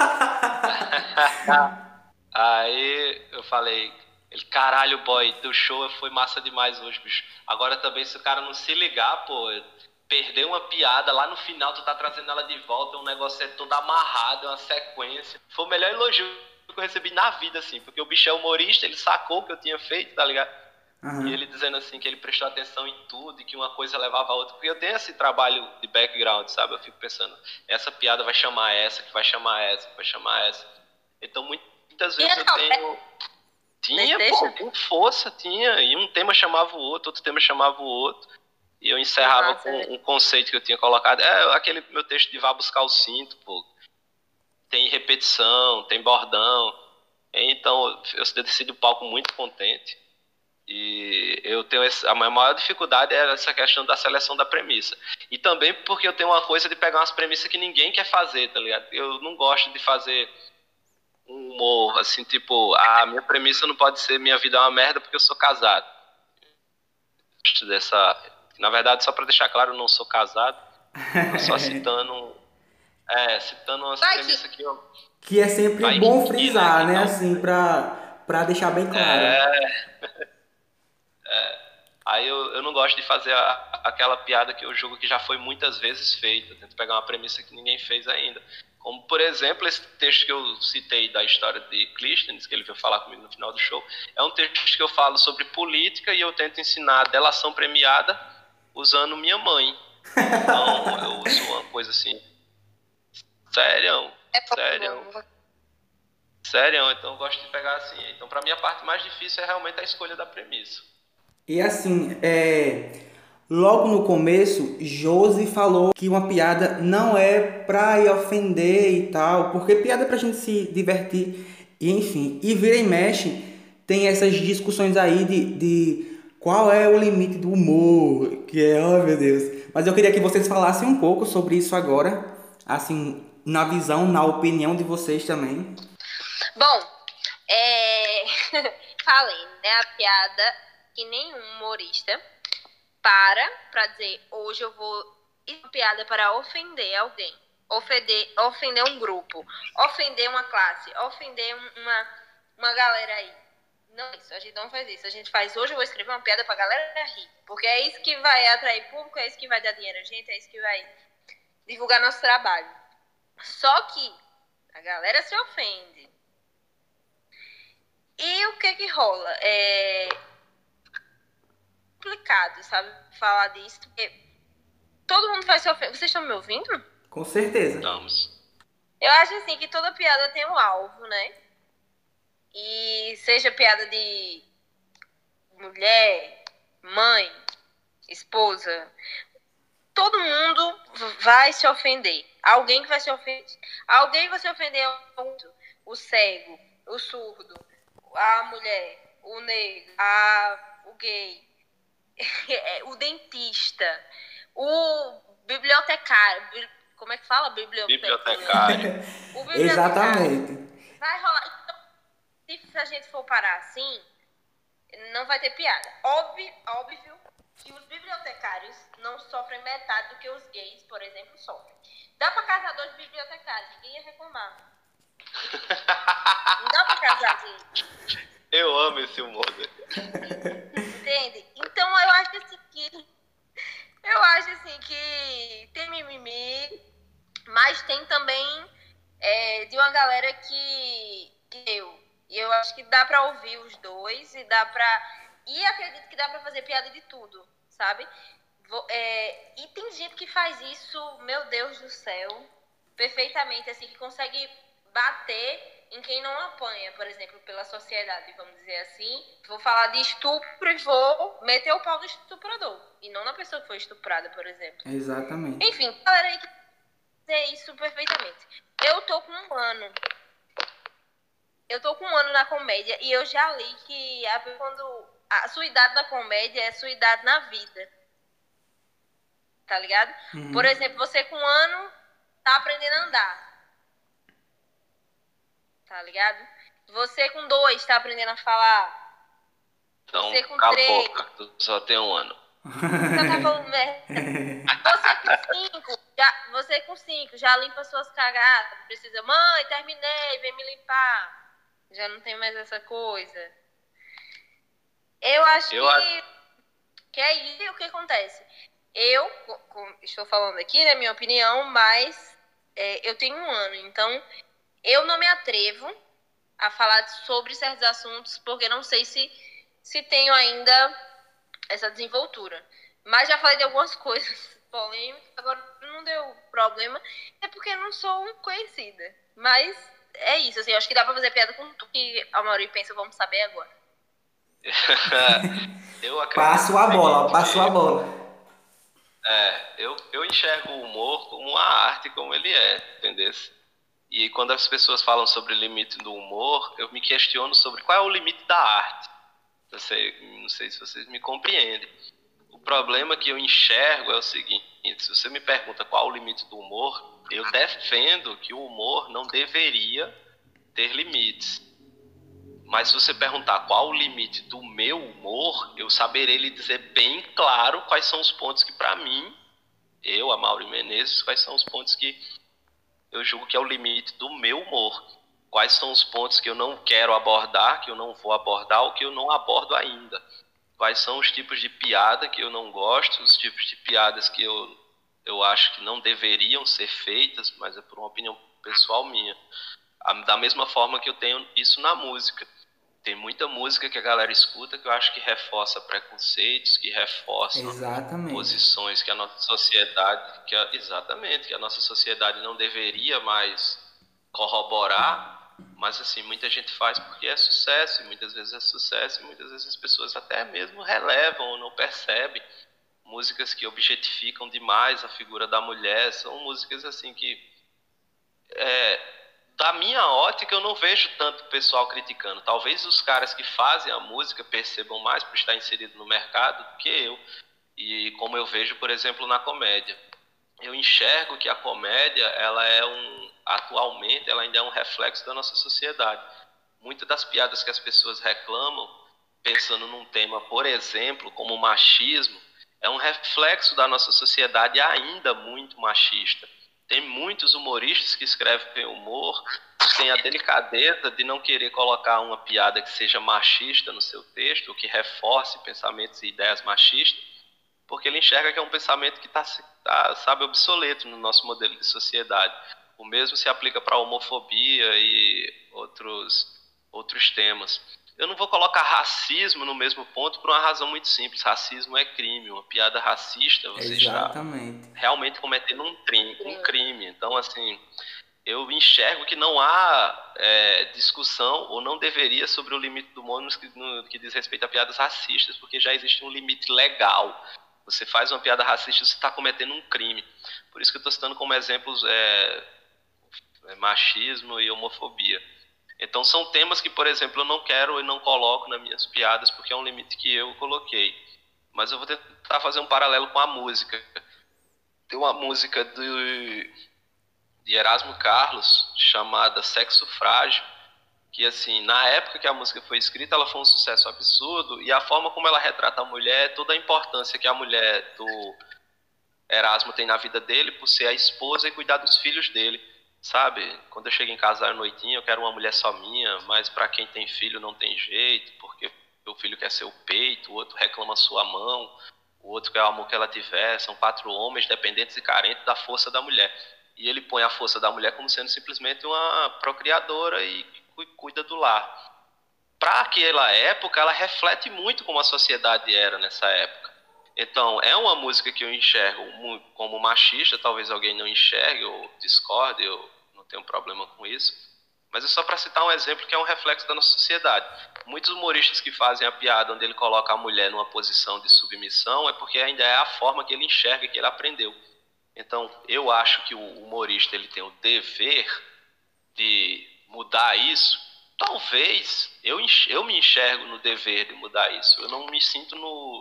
S2: Aí eu falei, ele, caralho, boy, teu show foi massa demais hoje, bicho. Agora também, se o cara não se ligar, pô, perder uma piada, lá no final tu tá trazendo ela de volta, um negócio é todo amarrado, é uma sequência. Foi o melhor elogio que eu recebi na vida, assim, porque o bicho é humorista, ele sacou o que eu tinha feito, tá ligado?
S1: Uhum.
S2: E ele dizendo assim que ele prestou atenção em tudo e que uma coisa levava a outra. Porque eu tenho esse trabalho de background, sabe? Eu fico pensando, essa piada vai chamar essa, que vai chamar essa, que vai chamar essa. Então muitas vezes eu tenho... Tinha, pô, com força, tinha. E um tema chamava o outro tema chamava o outro. E eu encerrava com um conceito que eu tinha colocado. É aquele meu texto de vá buscar o cinto, pô. Tem repetição, tem bordão. Então eu desci do palco muito contente. E eu tenho a minha maior dificuldade é essa questão da seleção da premissa. E também porque eu tenho uma coisa de pegar umas premissas que ninguém quer fazer, tá ligado? Eu não gosto de fazer um humor, assim, tipo, a minha premissa não pode ser minha vida é uma merda porque eu sou casado. Na verdade, só pra deixar claro, eu não sou casado. Eu só citando umas premissas
S1: que é sempre
S2: vai
S1: bom
S2: que,
S1: frisar, né?
S2: Então,
S1: Assim, pra deixar bem claro.
S2: Aí eu não gosto de fazer aquela piada que eu julgo que já foi muitas vezes feita. Eu tento pegar uma premissa que ninguém fez ainda. Como, por exemplo, esse texto que eu citei da história de Clístenes, que ele veio falar comigo no final do show, é um texto que eu falo sobre política e eu tento ensinar a delação premiada usando minha mãe. Então, eu uso uma coisa assim... Sério? Então eu gosto de pegar assim. Então, pra mim, a parte mais difícil é realmente a escolha da premissa.
S1: E assim, logo no começo, Josi falou que uma piada não é pra ir ofender e tal, porque piada é pra gente se divertir, e enfim. E vira e mexe, tem essas discussões aí de qual é o limite do humor, que é, oh meu Deus. Mas eu queria que vocês falassem um pouco sobre isso agora, assim, na visão, na opinião de vocês também.
S3: Bom, falei, né, a piada que nenhum humorista pra dizer, hoje eu vou ir uma piada para ofender alguém, ofender um grupo, ofender uma classe, ofender uma galera aí. Não é isso, a gente não faz isso. A gente faz, hoje eu vou escrever uma piada pra galera rir, porque é isso que vai atrair público, é isso que vai dar dinheiro a gente, é isso que vai divulgar nosso trabalho. Só que a galera se ofende. E o que rola? É complicado, sabe? Falar disso, porque todo mundo vai se ofender. Vocês estão me ouvindo?
S1: Com certeza.
S2: Estamos.
S3: Eu acho assim que toda piada tem um alvo, né? E seja piada de mulher, mãe, esposa, todo mundo vai se ofender. Alguém que vai se ofender. Alguém vai se ofender o cego, o surdo, a mulher, o negro, o gay, o dentista, o bibliotecário. Como é que fala?
S2: Bibliotecário.
S3: O bibliotecário.
S1: Exatamente.
S3: Vai rolar. Então, se a gente for parar assim, não vai ter piada. Óbvio que os bibliotecários não sofrem metade do que os gays, por exemplo, sofrem. Dá pra casar dois bibliotecários, ninguém ia reclamar. Não dá pra casar gay.
S2: Eu amo esse humor.
S3: Entende? Então eu acho assim que tem mimimi, mas tem também de uma galera que e eu acho que dá pra ouvir os dois e acredito que dá pra fazer piada de tudo, sabe? E tem gente que faz isso, meu Deus do céu, perfeitamente, assim, que consegue bater em quem não apanha, por exemplo, pela sociedade, vamos dizer assim. Vou falar de estupro e vou meter o pau no estuprador, e não na pessoa que foi estuprada, por exemplo.
S1: Exatamente.
S3: Enfim, galera aí que dizer isso perfeitamente. Eu tô com um ano. Eu tô com um ano na comédia e eu já li que quando a sua idade da comédia é a sua idade na vida. Tá ligado? Por exemplo, você com um ano tá aprendendo a andar. Tá ligado? Você com 2 tá aprendendo a falar.
S2: Então,
S3: Você com
S2: cala a
S3: 3.
S2: boca, tu só tem um ano.
S3: Você tá falando merda. Você com 5 já limpa suas cagadas. Precisa, mãe, terminei, vem me limpar. Já não tem mais essa coisa. Eu acho que é isso. E o que acontece? Eu estou falando aqui, né, minha opinião, mas eu tenho um ano. Então, eu não me atrevo a falar sobre certos assuntos, porque não sei se tenho ainda essa desenvoltura. Mas já falei de algumas coisas polêmicas, agora não deu problema, é porque eu não sou conhecida. Mas é isso, assim, eu acho que dá pra fazer piada com tudo que a maioria pensa, vamos saber agora.
S2: Eu acredito
S1: Passo a bola, passo a bola.
S2: Eu enxergo o humor como uma arte, como ele é, entendeu? E quando as pessoas falam sobre o limite do humor, eu me questiono sobre qual é o limite da arte. Não sei se vocês me compreendem. O problema que eu enxergo é o seguinte: se você me pergunta qual o limite do humor, eu defendo que o humor não deveria ter limites. Mas se você perguntar qual o limite do meu humor, eu saberei lhe dizer bem claro quais são os pontos que, para mim, a Mauri Menezes, quais são os pontos que eu julgo que é o limite do meu humor. Quais são os pontos que eu não quero abordar, que eu não vou abordar ou que eu não abordo ainda. Quais são os tipos de piada que eu não gosto, os tipos de piadas que eu acho que não deveriam ser feitas, mas é por uma opinião pessoal minha. Da mesma forma que eu tenho isso na música. Tem muita música que a galera escuta que eu acho que reforça preconceitos, que reforçam posições que a nossa sociedade, que a nossa sociedade não deveria mais corroborar, mas assim, muita gente faz porque é sucesso, e muitas vezes é sucesso, e muitas vezes as pessoas até mesmo relevam ou não percebem. Músicas que objetificam demais a figura da mulher, são músicas assim que da minha ótica, eu não vejo tanto pessoal criticando. Talvez os caras que fazem a música percebam mais por estar inserido no mercado do que eu. E como eu vejo, por exemplo, na comédia. Eu enxergo que a comédia, atualmente, ela ainda é um reflexo da nossa sociedade. Muitas das piadas que as pessoas reclamam, pensando num tema, por exemplo, como o machismo, é um reflexo da nossa sociedade ainda muito machista. Tem muitos humoristas que escrevem humor, que têm a delicadeza de não querer colocar uma piada que seja machista no seu texto, ou que reforce pensamentos e ideias machistas, porque ele enxerga que é um pensamento que está, sabe, obsoleto no nosso modelo de sociedade. O mesmo se aplica para a homofobia e outros temas. Eu não vou colocar racismo no mesmo ponto por uma razão muito simples. Racismo é crime. Uma piada racista, você está realmente cometendo um crime. Então, assim, eu enxergo que não há discussão, ou não deveria, sobre o limite do humor no que diz respeito a piadas racistas, porque já existe um limite legal. Você faz uma piada racista, você está cometendo um crime. Por isso que eu estou citando como exemplos machismo e homofobia. Então são temas que, por exemplo, eu não quero e não coloco nas minhas piadas porque é um limite que eu coloquei. Mas eu vou tentar fazer um paralelo com a música. Tem uma música de Erasmo Carlos chamada Sexo Frágil, que assim, na época que a música foi escrita, ela foi um sucesso absurdo, e a forma como ela retrata a mulher, toda a importância que a mulher do Erasmo tem na vida dele por ser a esposa e cuidar dos filhos dele. Sabe, quando eu chego em casa à noitinha, eu quero uma mulher só minha, mas para quem tem filho não tem jeito, porque o filho quer ser o peito, o outro reclama sua mão, o outro quer o amor que ela tiver. São 4 homens dependentes e carentes da força da mulher. E ele põe a força da mulher como sendo simplesmente uma procriadora e cuida do lar. Para aquela época, ela reflete muito como a sociedade era nessa época. Então, é uma música que eu enxergo como machista, talvez alguém não enxergue ou discorde, eu não tenho problema com isso. Mas é só para citar um exemplo que é um reflexo da nossa sociedade. Muitos humoristas que fazem a piada onde ele coloca a mulher numa posição de submissão é porque ainda é a forma que ele enxerga, que ele aprendeu. Então, eu acho que o humorista ele tem o dever de mudar isso. Talvez eu me enxergo no dever de mudar isso. Eu não me sinto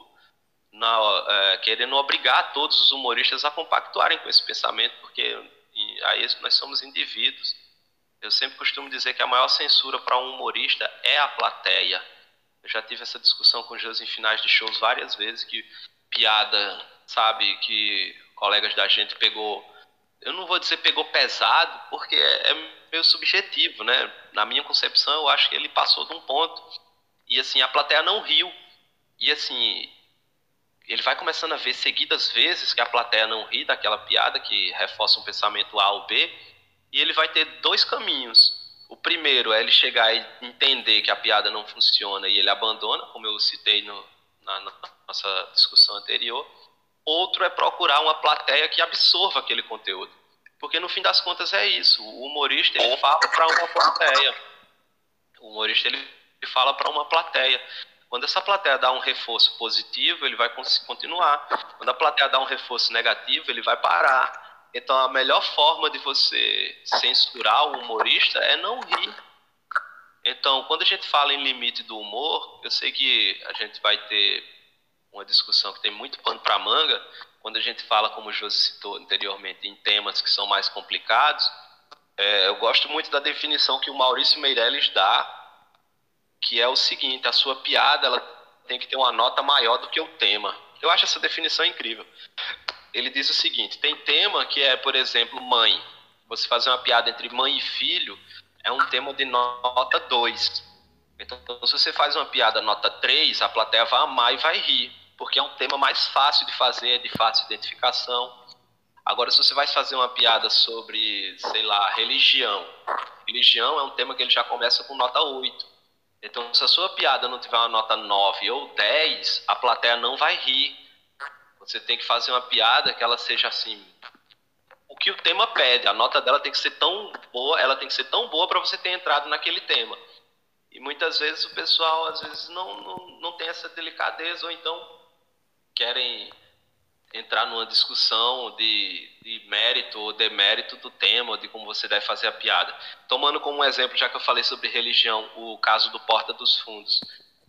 S2: querendo obrigar todos os humoristas a compactuarem com esse pensamento, porque aí nós somos indivíduos. Eu sempre costumo dizer que a maior censura para um humorista é a plateia. Eu já tive essa discussão com os em finais de shows várias vezes, que piada, sabe, que colegas da gente pegou, eu não vou dizer pegou pesado, porque é meio subjetivo, né? Na minha concepção, eu acho que ele passou de um ponto. E assim, a plateia não riu. E assim, ele vai começando a ver seguidas vezes que a plateia não ri daquela piada que reforça um pensamento A ou B, e ele vai ter dois caminhos. O primeiro é ele chegar e entender que a piada não funciona e ele abandona, como eu citei na nossa discussão anterior. Outro é procurar uma plateia que absorva aquele conteúdo. Porque no fim das contas é isso. O humorista ele fala para uma plateia. O humorista ele fala para uma plateia. Quando essa plateia dá um reforço positivo, ele vai continuar. Quando a plateia dá um reforço negativo, ele vai parar. Então, a melhor forma de você censurar o humorista é não rir. Então, quando a gente fala em limite do humor, eu sei que a gente vai ter uma discussão que tem muito pano para manga, quando a gente fala, como o Josi citou anteriormente, em temas que são mais complicados. Eu gosto muito da definição que o Maurício Meirelles dá, que é o seguinte: a sua piada ela tem que ter uma nota maior do que o tema. Eu acho essa definição incrível. Ele diz o seguinte: tem tema que é, por exemplo, mãe. Você fazer uma piada entre mãe e filho é um tema de nota 2. Então, se você faz uma piada nota 3, a plateia vai amar e vai rir, porque é um tema mais fácil de fazer, de fácil identificação. Agora, se você vai fazer uma piada sobre, sei lá, religião. Religião é um tema que ele já começa com nota 8. Então, se a sua piada não tiver uma nota 9 ou 10, a plateia não vai rir. Você tem que fazer uma piada que ela seja assim, o que o tema pede. A nota dela tem que ser tão boa, ela tem que ser tão boa para você ter entrado naquele tema. E muitas vezes o pessoal, às vezes, não tem essa delicadeza, ou então querem entrar numa discussão de mérito ou demérito do tema, de como você deve fazer a piada. Tomando como exemplo, já que eu falei sobre religião, o caso do Porta dos Fundos.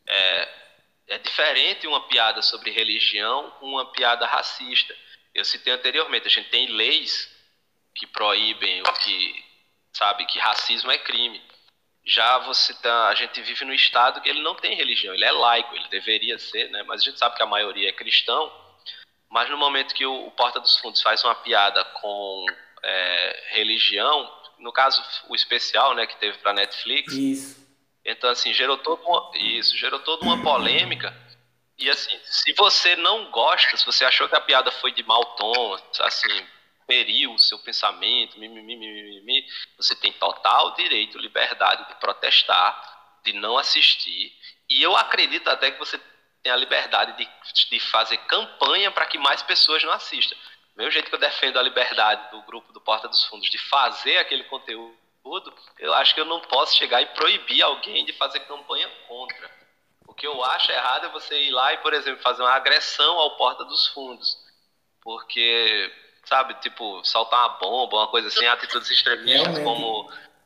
S2: É diferente uma piada sobre religião com uma piada racista. Eu citei anteriormente, a gente tem leis que proíbem ou que, sabe, que racismo é crime. Já a gente vive num estado que ele não tem religião, ele é laico, ele deveria ser, né? Mas a gente sabe que a maioria é cristão. Mas no momento que o Porta dos Fundos faz uma piada com religião, no caso o especial, né, que teve para Netflix,
S1: Isso.
S2: então assim gerou toda uma polêmica. E assim, se você não gosta, se você achou que a piada foi de mau tom, assim, feriu o seu pensamento, mimimi, você tem total direito, liberdade de protestar, de não assistir. E eu acredito até que você tem a liberdade de fazer campanha para que mais pessoas não assistam. Do mesmo jeito que eu defendo a liberdade do grupo do Porta dos Fundos de fazer aquele conteúdo, eu acho que eu não posso chegar e proibir alguém de fazer campanha contra. O que eu acho errado é você ir lá e, por exemplo, fazer uma agressão ao Porta dos Fundos. Porque, sabe, tipo, soltar uma bomba, uma coisa assim, atitudes extremistas como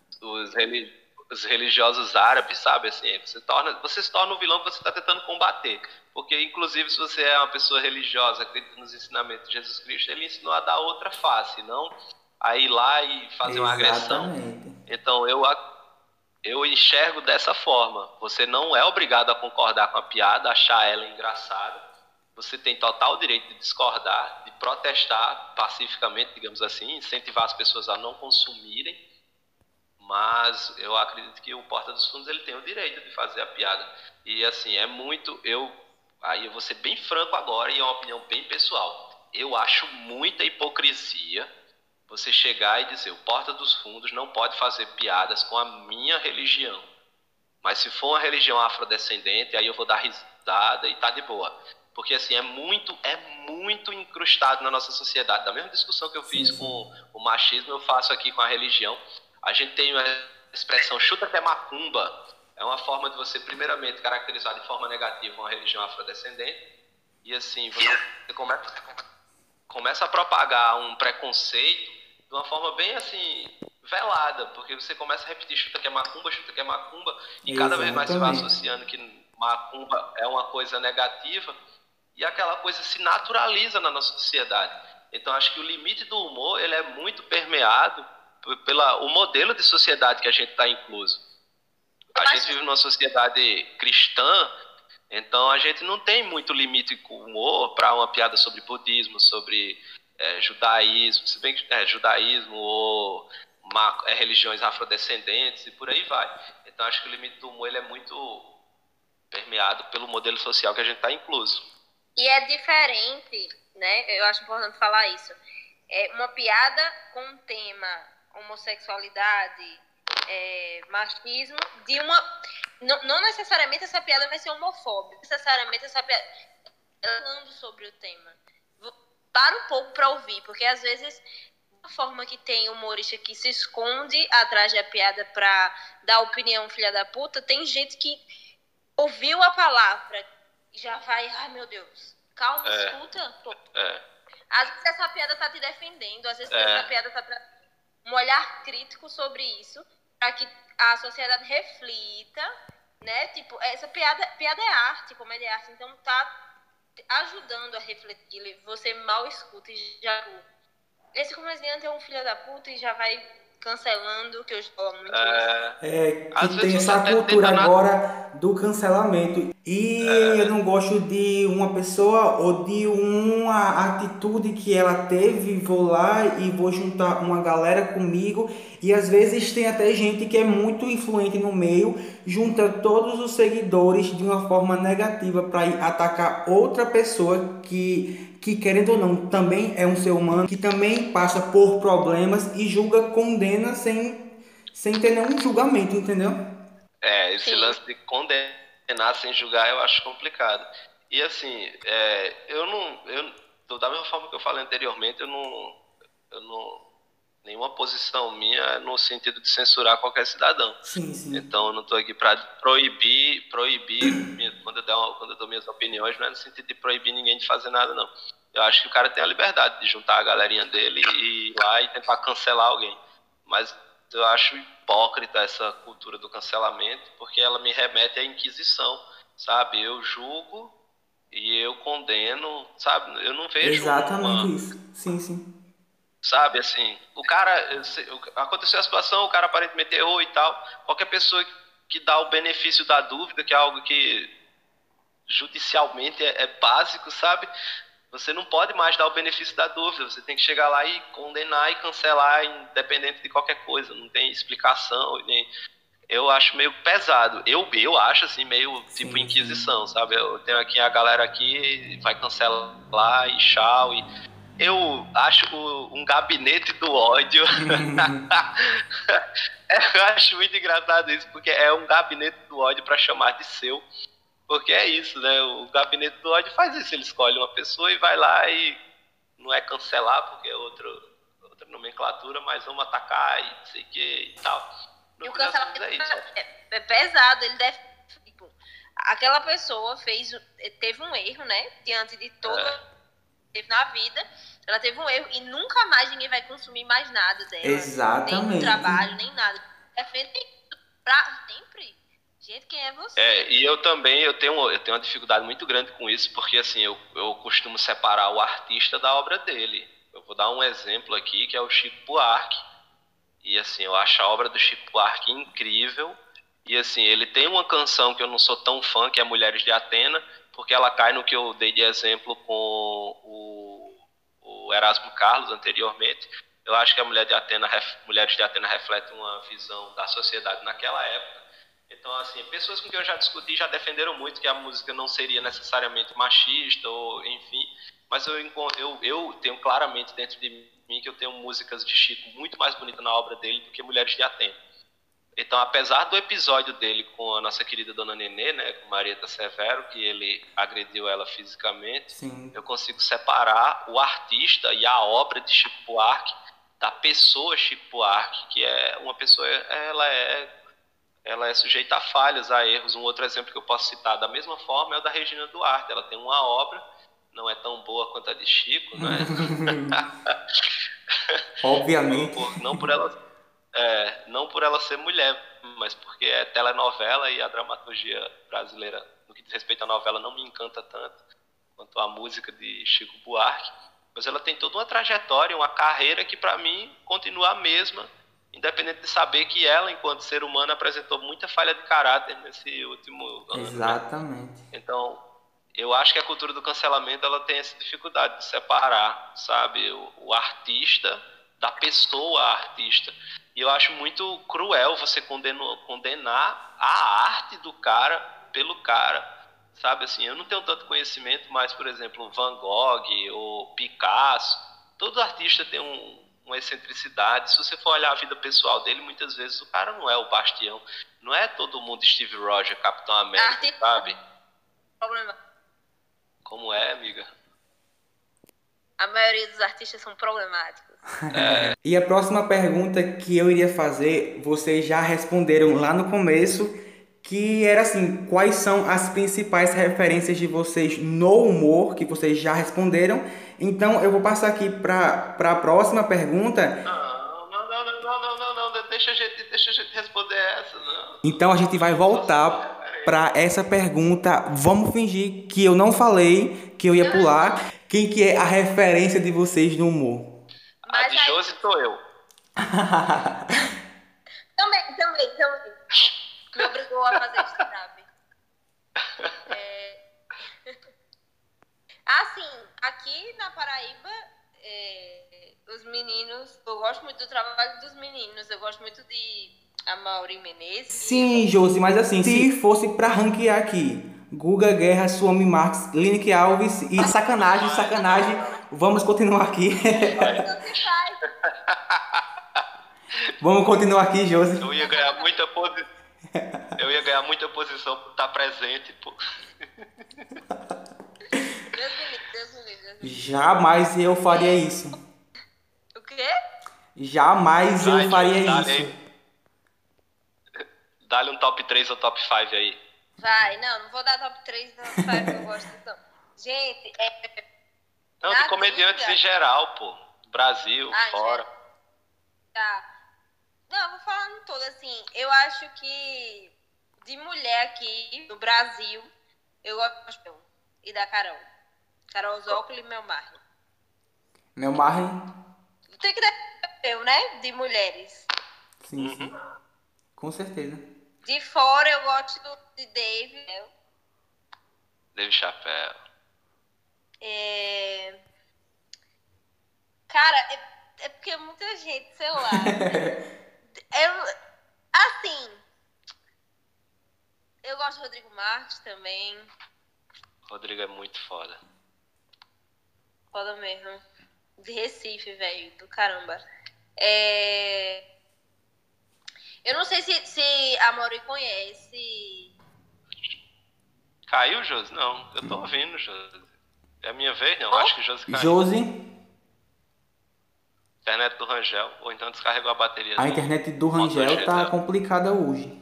S2: os religiosos árabes, sabe? Assim, você se torna um vilão que você está tentando combater. Porque, inclusive, se você é uma pessoa religiosa, acredita nos ensinamentos de Jesus Cristo, ele ensinou a dar outra face, não a ir lá e fazer uma agressão. Então, eu enxergo dessa forma. Você não é obrigado a concordar com a piada, achar ela engraçada. Você tem total direito de discordar, de protestar pacificamente, digamos assim, incentivar as pessoas a não consumirem. Mas eu acredito que o Porta dos Fundos ele tem o direito de fazer a piada. E assim, aí eu vou ser bem franco agora e é uma opinião bem pessoal. Eu acho muita hipocrisia você chegar e dizer: o Porta dos Fundos não pode fazer piadas com a minha religião. Mas se for uma religião afrodescendente, aí eu vou dar risada e tá de boa. Porque assim, é muito incrustado na nossa sociedade. Da mesma discussão que eu fiz com o machismo, eu faço aqui com a religião. A gente tem a expressão chuta que é macumba. É uma forma de você, primeiramente, caracterizar de forma negativa uma religião afrodescendente. E assim, você começa a propagar um preconceito de uma forma bem assim, velada, porque você começa a repetir chuta que é macumba, e cada vez mais se vai
S1: Exatamente.
S2: associando que macumba é uma coisa negativa, e aquela coisa se naturaliza na nossa sociedade. Então acho que o limite do humor ele é muito permeado pelo o modelo de sociedade que a gente está incluso. A gente vive numa sociedade cristã, então a gente não tem muito limite com o humor para uma piada sobre budismo, sobre judaísmo, se bem que judaísmo ou religiões afrodescendentes e por aí vai. Então acho que o limite do humor ele é muito permeado pelo modelo social que a gente está incluso.
S3: E é diferente, né? Eu acho importante falar isso. É uma piada com um tema homossexualidade, machismo, de uma... Não necessariamente essa piada vai ser homofóbica, necessariamente essa piada... Falando sobre o tema. Para um pouco para ouvir, porque às vezes a forma que tem humorista que se esconde atrás da piada para dar opinião filha da puta, tem gente que ouviu a palavra e já vai, ai meu Deus, calma, escuta. Às vezes essa piada tá te defendendo, às vezes essa piada tá pra um olhar crítico sobre isso, para que a sociedade reflita, né? Tipo, essa piada é arte, comédia é arte, então tá ajudando a refletir. Você mal escuta e já... Esse comediante é um filho da puta e já vai cancelando, que eu falo muito
S1: Que tem essa cultura agora do cancelamento. E eu não gosto de uma pessoa ou de uma atitude que ela teve, vou lá e vou juntar uma galera comigo. E às vezes tem até gente que é muito influente no meio, junta todos os seguidores de uma forma negativa para ir atacar outra pessoa que querendo ou não, também é um ser humano, que também passa por problemas e julga, condena sem ter nenhum julgamento, entendeu?
S2: Esse lance de condenar sem julgar eu acho complicado. E assim, da mesma forma que eu falei anteriormente, eu não nenhuma posição minha é no sentido de censurar qualquer cidadão.
S1: Sim.
S2: Então eu não estou aqui para proibir quando eu dou minhas opiniões, não é no sentido de proibir ninguém de fazer nada, não. Eu acho que o cara tem a liberdade de juntar a galerinha dele e ir lá e tentar cancelar alguém. Mas eu acho hipócrita essa cultura do cancelamento, porque ela me remete à Inquisição, sabe? Eu julgo e eu condeno, sabe? Eu não vejo
S1: exatamente isso. Sim.
S2: Sabe, assim, aconteceu a situação, o cara aparentemente errou e tal. Qualquer pessoa que dá o benefício da dúvida, que é algo que judicialmente é básico, sabe? Você não pode mais dar o benefício da dúvida. Você tem que chegar lá e condenar e cancelar, independente de qualquer coisa. Não tem explicação. Eu acho meio pesado. Eu acho, assim, meio tipo Inquisição, sabe? Eu tenho aqui a galera aqui, vai cancelar e tchau. Eu acho um gabinete do ódio. Eu acho muito engraçado isso, porque é um gabinete do ódio para chamar de seu. Porque é isso, né? O gabinete do ódio faz isso. Ele escolhe uma pessoa e vai lá e não é cancelar, porque é outra nomenclatura, mas vamos atacar e não sei o que e tal.
S3: E o cancelamento é pesado. Ele deve... Tipo, aquela pessoa teve um erro, né? Diante de toda... Teve na vida, ela teve um erro e nunca mais ninguém vai consumir mais nada dela.
S1: Exatamente.
S3: Nem no trabalho, nem nada. Defende pra sempre. Gente, quem é você?
S2: E eu também, eu tenho uma dificuldade muito grande com isso, porque assim, eu costumo separar o artista da obra dele. Eu vou dar um exemplo aqui, que é o Chico Buarque. E assim, eu acho a obra do Chico Buarque incrível. E assim, ele tem uma canção que eu não sou tão fã, que é Mulheres de Atena, porque ela cai no que eu dei de exemplo com o Erasmo Carlos anteriormente. Eu acho que a Mulheres de Atena reflete uma visão da sociedade naquela época. Então, assim, pessoas com quem eu já discuti já defenderam muito que a música não seria necessariamente machista, ou enfim, mas eu tenho claramente dentro de mim que eu tenho músicas de Chico muito mais bonitas na obra dele do que Mulheres de Atena. Então, apesar do episódio dele com a nossa querida Dona Nenê, né, com Marieta Severo, que ele agrediu ela fisicamente, eu consigo separar o artista e a obra de Chico Buarque da pessoa Chico Buarque, que é uma pessoa, ela é sujeita a falhas, a erros. Um outro exemplo que eu posso citar da mesma forma é o da Regina Duarte. Ela tem uma obra não é tão boa quanto a de Chico, né?
S1: Obviamente.
S2: Não por ela ser mulher, mas porque é telenovela e a dramaturgia brasileira, no que diz respeito à novela, não me encanta tanto quanto a música de Chico Buarque. Mas ela tem toda uma trajetória, uma carreira que para mim continua a mesma, independente de saber que ela, enquanto ser humano, apresentou muita falha de caráter nesse último ano.
S1: Exatamente.
S2: Né? Então, eu acho que a cultura do cancelamento ela tem essa dificuldade de separar, sabe, o artista da pessoa artista. E eu acho muito cruel você condenar a arte do cara pelo cara. Sabe, assim, eu não tenho tanto conhecimento, mas, por exemplo, Van Gogh ou Picasso, todo artista tem uma excentricidade. Se você for olhar a vida pessoal dele, muitas vezes o cara não é o bastião. Não é todo mundo Steve Rogers, Capitão América, sabe?
S3: Problema.
S2: Como é, amiga?
S3: A maioria dos artistas são problemáticos.
S1: E a próxima pergunta que eu iria fazer, vocês já responderam lá no começo, que era assim, quais são as principais referências de vocês no humor, que vocês já responderam. Então eu vou passar aqui para a próxima pergunta.
S2: Não, deixa a gente responder essa, não.
S1: Então a gente vai voltar para essa pergunta. Vamos fingir que eu não falei, que eu ia pular. Quem que é a referência de vocês no humor?
S2: A de Josi sou eu.
S3: Também. Me obrigou a fazer stand-up. Assim, aqui na Paraíba, os meninos... Eu gosto muito do trabalho dos meninos. Eu gosto muito de Amaury Menezes.
S1: Sim, Josi, mas assim, se fosse pra ranquear aqui, Guga Guerra, Suami Marques, Lineker Alves e sacanagem, vamos continuar aqui. Vamos continuar aqui, Josi.
S2: Eu ia ganhar muita posição por estar presente, pô.
S3: Deus me livre.
S1: Jamais eu faria isso.
S3: O quê?
S1: Jamais eu faria isso.
S2: Dá-lhe um top 3 ou top 5 aí.
S3: Vai, não vou dar top 3 e top 5 que eu gosto então. Gente,
S2: não, de comediantes em geral, pô. Brasil, fora.
S3: Tá. Não, eu vou falar no todo, assim, eu acho que de mulher aqui no Brasil, eu gosto e da Carol. Carol Zócoli e Mel Maher.
S1: Mel Maher?
S3: Tem que dar eu, né? De mulheres.
S1: Sim. Com certeza.
S3: De fora eu gosto de Dave.
S2: Dave Chappelle.
S3: Cara, é porque muita gente, sei lá. Assim, eu gosto do Rodrigo Marques também.
S2: Rodrigo é muito foda.
S3: Foda mesmo. De Recife, velho. Do caramba. Eu não sei se a Mori conhece.
S2: Caiu, Josi? Não, eu tô ouvindo, Josi. É a minha vez? Não, acho que Josi caiu.
S1: Josi?
S2: Internet do Rangel, ou então descarregou a bateria.
S1: A internet do Rangel tá complicada hoje.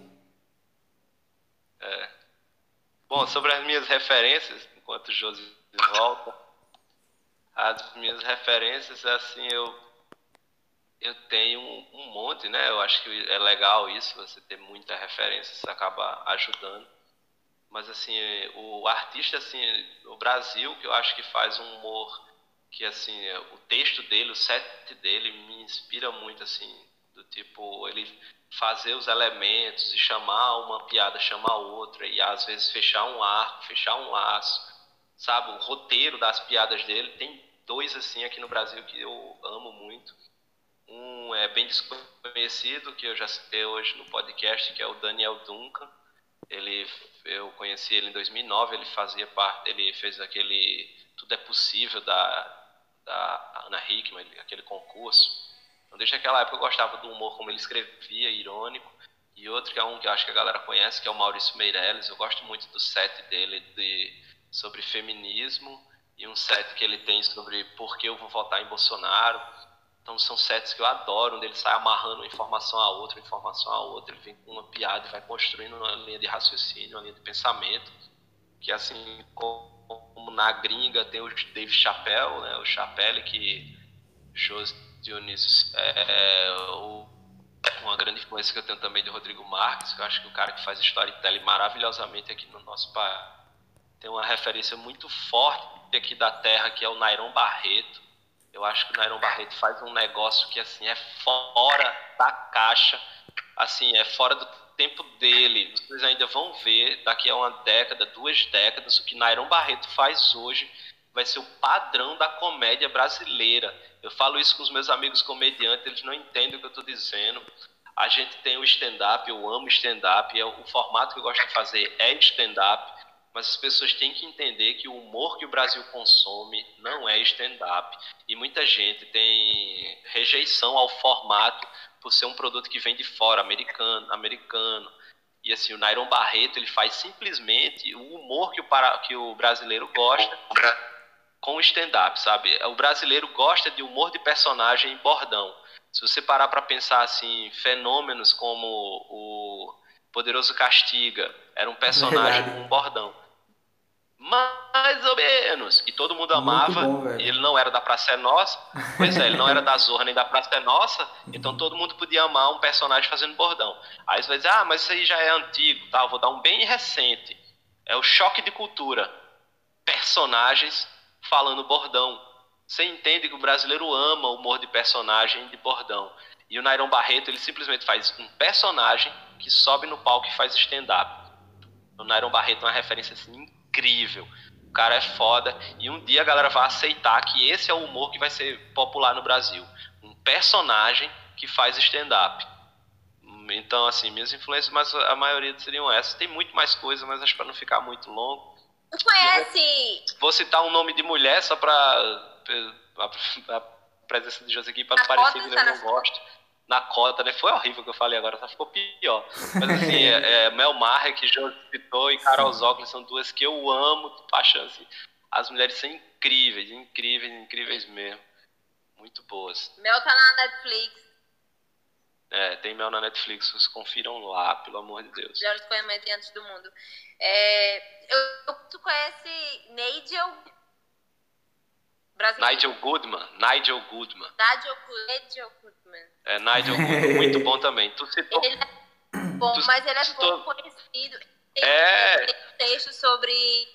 S2: Bom, sobre as minhas referências, enquanto o Josi volta, as minhas referências, assim, eu tenho um monte, né? Eu acho que é legal isso, você ter muita referência, isso acaba ajudando. Mas, assim, o artista, assim, o Brasil, que eu acho que faz um humor que, assim, o texto dele, o set dele me inspira muito, assim, do tipo, ele fazer os elementos e chamar uma piada, chamar outra, e às vezes fechar um arco, fechar um laço, sabe? O roteiro das piadas dele, tem dois, assim, aqui no Brasil que eu amo muito. Um é bem desconhecido, que eu já citei hoje no podcast, que é o Daniel Duncan. Eu conheci ele em 2009, ele fez aquele Tudo é Possível da Ana Hickman, aquele concurso. Então, desde aquela época eu gostava do humor como ele escrevia, irônico. E outro que é um que eu acho que a galera conhece, que é o Maurício Meirelles. Eu gosto muito do set dele sobre feminismo e um set que ele tem sobre por que eu vou votar em Bolsonaro. Então são sets que eu adoro, onde ele sai amarrando uma informação a outra, ele vem com uma piada e vai construindo uma linha de raciocínio, uma linha de pensamento, que assim como como na gringa tem o Dave Chappelle, né? O Chappelle, que José Dionísio uma grande influência que eu tenho também de Rodrigo Marques, que eu acho que o cara que faz storytelling maravilhosamente aqui no nosso país. Tem uma referência muito forte aqui da terra, que é o Nairon Barreto. Eu acho que o Nairon Barreto faz um negócio que assim é fora da caixa, assim, é fora do tempo dele. Vocês ainda vão ver daqui a uma década, 2 décadas, o que Nairon Barreto faz hoje vai ser o padrão da comédia brasileira. Eu falo isso com os meus amigos comediantes, eles não entendem o que eu estou dizendo. A gente tem o stand-up, eu amo stand-up, o formato que eu gosto de fazer é stand-up, mas as pessoas têm que entender que o humor que o Brasil consome não é stand-up. E muita gente tem rejeição ao formato por ser um produto que vem de fora, americano. E assim, o Nairon Barreto, ele faz simplesmente o humor que o brasileiro gosta com o stand-up, sabe? O brasileiro gosta de humor de personagem em bordão. Se você parar para pensar assim, fenômenos como o Poderoso Castiga, era um personagem com um bordão. Mais ou menos. E todo mundo amava.
S1: Bom,
S2: e ele não era da Praça é Nossa. Pois é, ele não era da Zorra nem da Praça é Nossa. Então todo mundo podia amar um personagem fazendo bordão. Aí você vai dizer, mas isso aí já é antigo. Tá? Eu vou dar um bem recente. É o choque de cultura. Personagens falando bordão. Você entende que o brasileiro ama o humor de personagem de bordão. E o Nairon Barreto, ele simplesmente faz um personagem que sobe no palco e faz stand-up. O Nairon Barreto é uma referência assim, incrível. O cara é foda. E um dia a galera vai aceitar que esse é o humor que vai ser popular no Brasil. Um personagem que faz stand-up. Então, assim, minhas influências, mas a maioria seriam essas. Tem muito mais coisa, mas acho para não ficar muito longo.
S3: Tu conhece?
S2: Vou citar um nome de mulher só para a presença de José aqui, para não parecer que eu não gosto. Na cota, né? Foi horrível o que eu falei agora, só ficou pior. Mas assim, Mel Maher, que José citou, e Carol Zócoli são duas que eu amo de paixão. Assim. As mulheres são incríveis, incríveis, incríveis mesmo. Muito boas.
S3: Mel tá na Netflix.
S2: Tem Mel na Netflix, vocês confiram lá, pelo amor de Deus.
S3: Melhores comediantes do mundo. Tu conhece Nigel?
S2: Nigel Goodman.
S3: Nigel Goodman.
S2: Nigel Goodman, muito bom também. Tu citou...
S3: Ele é bom, mas ele é pouco conhecido. Tem um texto sobre...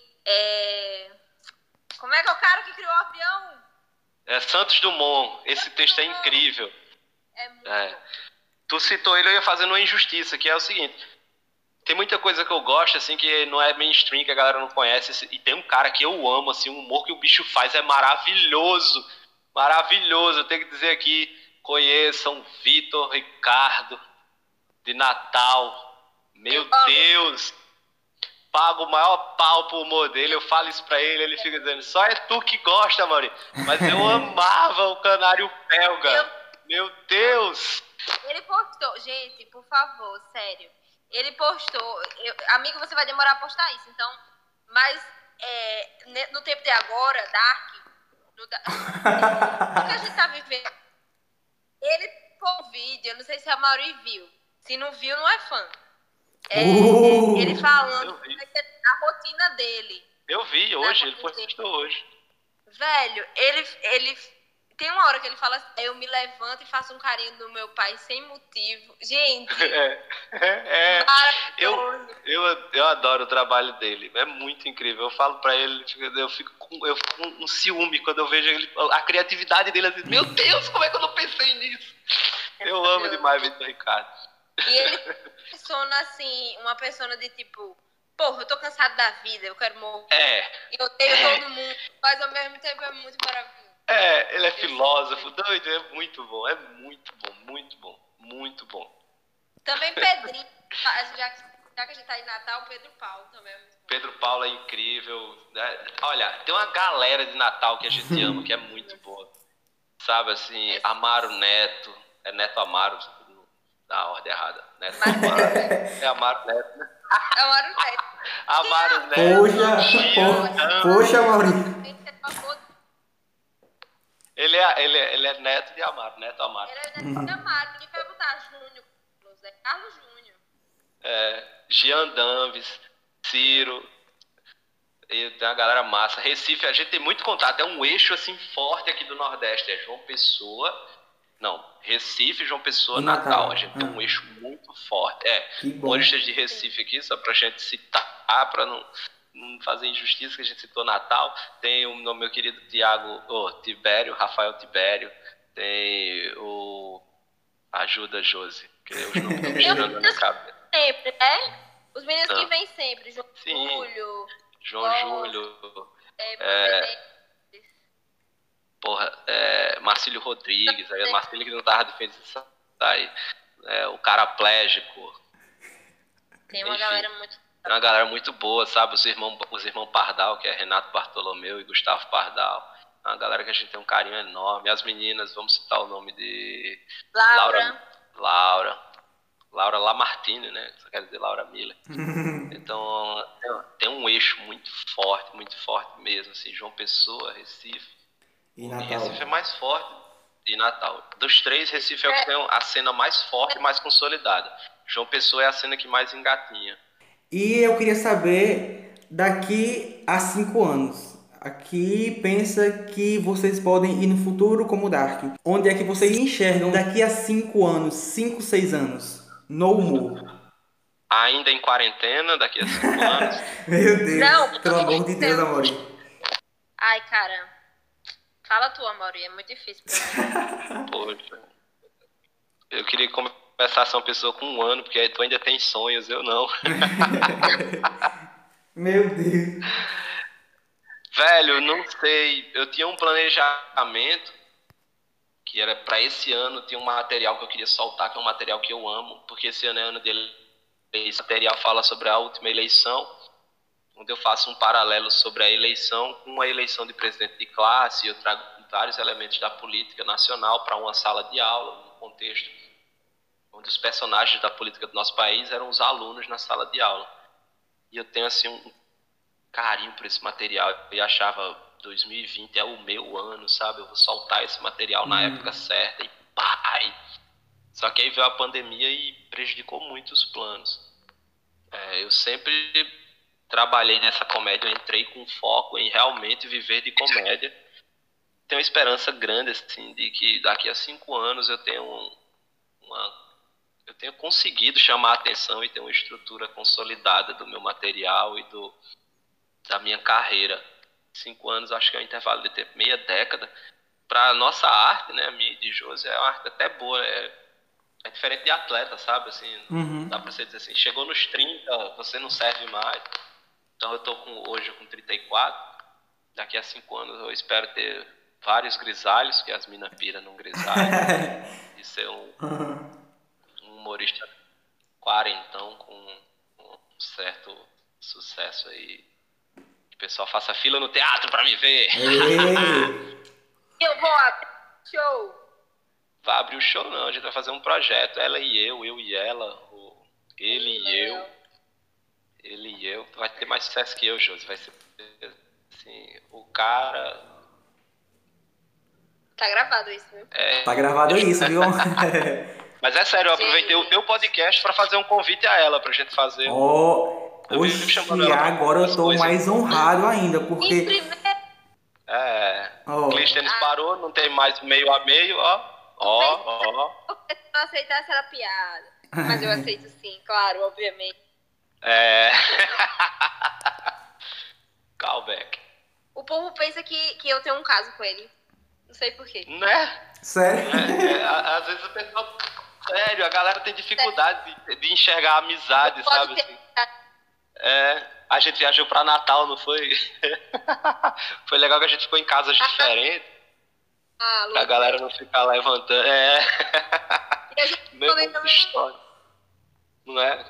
S3: Como é que é o cara que criou o avião?
S2: Santos Dumont. Esse texto é incrível.
S3: É muito bom.
S2: Tu citou ele, eu ia fazendo uma injustiça, que é o seguinte... Tem muita coisa que eu gosto, assim, que não é mainstream, que a galera não conhece. E tem um cara que eu amo, assim, o humor que o bicho faz é maravilhoso. Maravilhoso. Eu tenho que dizer aqui, conheçam Vitor Ricardo, de Natal. Meu Deus! Pago o maior pau pro humor dele, eu falo isso pra ele, ele fica dizendo, só é tu que gosta, Mauri. Mas eu amava o Canário Belga. Meu Deus!
S3: Ele postou, gente, por favor, sério. Ele postou, amigo, você vai demorar a postar isso, então, mas no tempo de agora, Dark, o que a gente tá vivendo, ele pôs um vídeo, eu não sei se a Mauri viu, se não viu, não é fã, ele falando a rotina dele.
S2: Eu vi hoje, ele postou hoje.
S3: Velho, ele tem uma hora que ele fala assim, eu me levanto e faço um carinho no meu pai sem motivo. Gente,
S2: eu adoro o trabalho dele, é muito incrível. Eu falo pra ele, eu fico com um ciúme quando eu vejo ele, a criatividade dele, assim, meu Deus, como é que eu não pensei nisso? Eu amo demais Vitor Ricardo.
S3: E ele persona assim, uma persona de tipo, porra, eu tô cansado da vida, eu quero morrer. E eu odeio todo mundo, mas ao mesmo tempo é muito maravilhoso.
S2: Ele é filósofo, doido, é muito bom, muito bom, muito bom.
S3: Também Pedrinho, já que a gente tá em Natal, Pedro Paulo também é muito bom.
S2: Pedro Paulo é incrível, né? Olha, tem uma galera de Natal que a gente ama, que é muito boa. Sabe, assim, Amaro Neto, é Neto Amaro, na ordem errada. Neto Amaro, é Amaro Neto, né?
S3: É Amaro Neto.
S2: Amaro Neto.
S1: Poxa, Maurício.
S2: Ele é neto de Amaro, Neto Amaro.
S3: Ele é neto de Amaro, ninguém vai botar Júnior, é Carlos Júnior.
S2: Jean Danves, Ciro, E tem uma galera massa. Recife, a gente tem muito contato. É um eixo, assim, forte aqui do Nordeste. É João Pessoa... Não, Recife, João Pessoa,
S1: E
S2: Natal.
S1: Natal.
S2: A gente tem um
S1: Ah,
S2: eixo muito forte.
S1: que bom.
S2: Humoristas de Recife aqui, só pra gente citar, pra não fazer injustiça, que a gente citou Natal. Tem o meu querido Tibério, Rafael Tibério. Tem o... Ajuda, Josi, que os nomes estão me
S3: Tem os
S2: girando na minha
S3: meninos
S2: cabeça.
S3: sempre, né? Os meninos que
S2: Ah,
S3: vêm sempre. João
S2: sim,
S3: Júlio,
S2: João
S3: Costa,
S2: Júlio,
S3: Menezes.
S2: Marcílio Rodrigues, aí Marcílio que não tava defendendo isso aí. O Caraplégico.
S3: Tem uma
S2: Enfim,
S3: galera muito...
S2: tem uma galera muito boa, sabe? Os irmãos Pardal, que é Renato Bartolomeu e Gustavo Pardal. É uma galera que a gente tem um carinho enorme. As meninas, vamos citar o nome de Laura Lamartine, né? Só quer dizer Laura Miller. Então, tem um eixo muito forte mesmo, assim, João Pessoa, Recife.
S1: E
S2: E
S1: Natal.
S2: Recife é mais forte. E Natal. Dos três, Recife é o que tem a cena mais forte e mais consolidada. João Pessoa é a cena que mais engatinha.
S1: E eu queria saber, daqui a 5 anos, aqui pensa que vocês podem ir no futuro como Dark. Onde é que vocês enxergam daqui a 5 anos, 5, 6 anos, no humor?
S2: Ainda em quarentena, daqui a 5 anos.
S1: Meu Deus,
S3: Não,
S1: pelo amor de Deus, Amori.
S3: Ai, cara. Fala tu, Amaury. É muito difícil pra mim.
S2: Poxa. Eu queria começar a ser uma pessoa com 1 ano, porque tu ainda tem sonhos, eu não.
S1: Meu Deus.
S2: Velho, não sei. Eu tinha um planejamento que era pra esse ano, tinha um material que eu queria soltar, que é um material que eu amo, porque esse ano é ano dele. Esse material fala sobre a última eleição, onde eu faço um paralelo sobre a eleição com a eleição de presidente de classe. Eu trago vários elementos da política nacional para uma sala de aula, num contexto onde os personagens da política do nosso país eram os alunos na sala de aula. E eu tenho assim um carinho por esse material. Eu achava 2020 é o meu ano, sabe? Eu vou soltar esse material na época certa e pai. Só que aí veio a pandemia e prejudicou muito os planos. Eu sempre trabalhei nessa comédia, eu entrei com foco em realmente viver de comédia. Tenho uma esperança grande assim, de que daqui a 5 anos eu tenho conseguido chamar a atenção e ter uma estrutura consolidada do meu material e da minha carreira. 5 anos, acho que é um intervalo de tempo, meia década. Para nossa arte, né, a minha e de Josi, é uma arte até boa, é diferente de atleta, sabe? Assim, não dá pra você dizer assim, chegou nos 30, você não serve mais. Então eu tô hoje com 34, daqui a 5 anos eu espero ter vários grisalhos, que as minas piram num grisalho, e ser um humorista quarentão com um certo sucesso aí. Que o pessoal faça fila no teatro pra me ver.
S3: Eu vou abrir show.
S2: Vai abrir o show não, a gente vai fazer um projeto, ela e eu e ela, ele e eu, vai ter mais sucesso que eu, Josi, vai ser assim, o cara...
S3: Tá gravado isso, viu?
S1: Tá gravado isso, viu?
S2: Mas é sério, eu aproveitei o teu podcast pra fazer um convite a ela, pra gente fazer
S1: Oxi, agora eu tô mais honrado ainda, porque...
S2: O Clístenes parou, não tem mais meio a meio, ó.
S3: Se eu não aceitasse era piada. Mas eu aceito sim, claro, obviamente.
S2: Callback.
S3: O povo pensa que eu tenho um caso com ele. Não sei porquê.
S2: Né?
S1: Sério?
S2: Às vezes o pessoal... Sério, a galera tem dificuldade de enxergar a amizade, sabe? Assim. A gente viajou pra Natal, não foi? Foi legal que a gente ficou em casas diferentes. Pra galera não ficar levantando.
S3: E a gente
S2: mesma história. Não é?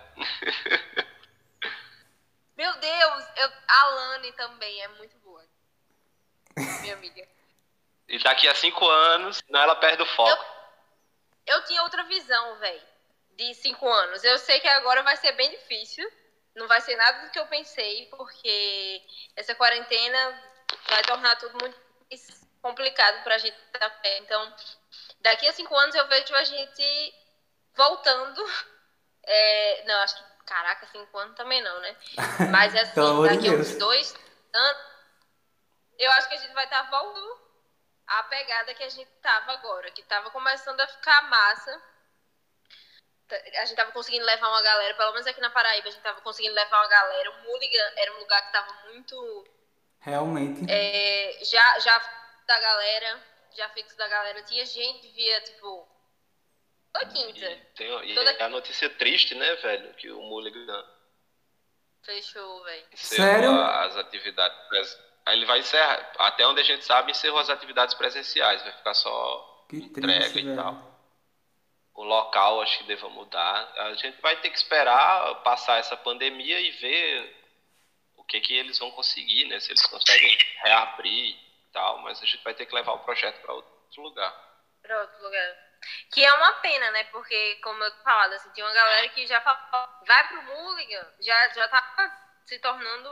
S3: Meu Deus, a Lani também é muito boa. Minha amiga.
S2: E daqui a 5 anos, não, ela perde o foco.
S3: Eu tinha outra visão, velho, de 5 anos. Eu sei que agora vai ser bem difícil. Não vai ser nada do que eu pensei, porque essa quarentena vai tornar tudo muito complicado pra gente estar pé. Então, daqui a 5 anos eu vejo a gente voltando. Não, acho que, caraca, 5 anos também não, né? Mas assim,
S1: Pelo amor de
S3: daqui a uns
S1: Deus.
S3: 2, eu acho que a gente vai estar voltando à pegada que a gente tava agora, que tava começando a ficar massa. A gente tava conseguindo levar uma galera, pelo menos aqui na Paraíba, a gente tava conseguindo levar uma galera. O Mulligan era um lugar que tava muito...
S1: Realmente.
S3: Já da galera, já fixo da galera. Tinha gente que via, tipo, toda quinta.
S2: E a notícia triste, né, velho? Que o Mulligan
S3: fechou, velho.
S1: Sério?
S2: As atividades. Aí ele vai encerrar, até onde a gente sabe, encerrou as atividades presenciais. Vai ficar só
S1: Que
S2: entrega
S1: triste,
S2: e
S1: velho.
S2: tal. O local acho que deva mudar. A gente vai ter que esperar passar essa pandemia e ver o que eles vão conseguir, né? Se eles conseguem reabrir e tal. Mas a gente vai ter que levar o projeto para outro lugar.
S3: Pra outro lugar. Que é uma pena, né? Porque, como eu falado, assim, tinha uma galera que já falou, vai pro Mulligan, já tava se tornando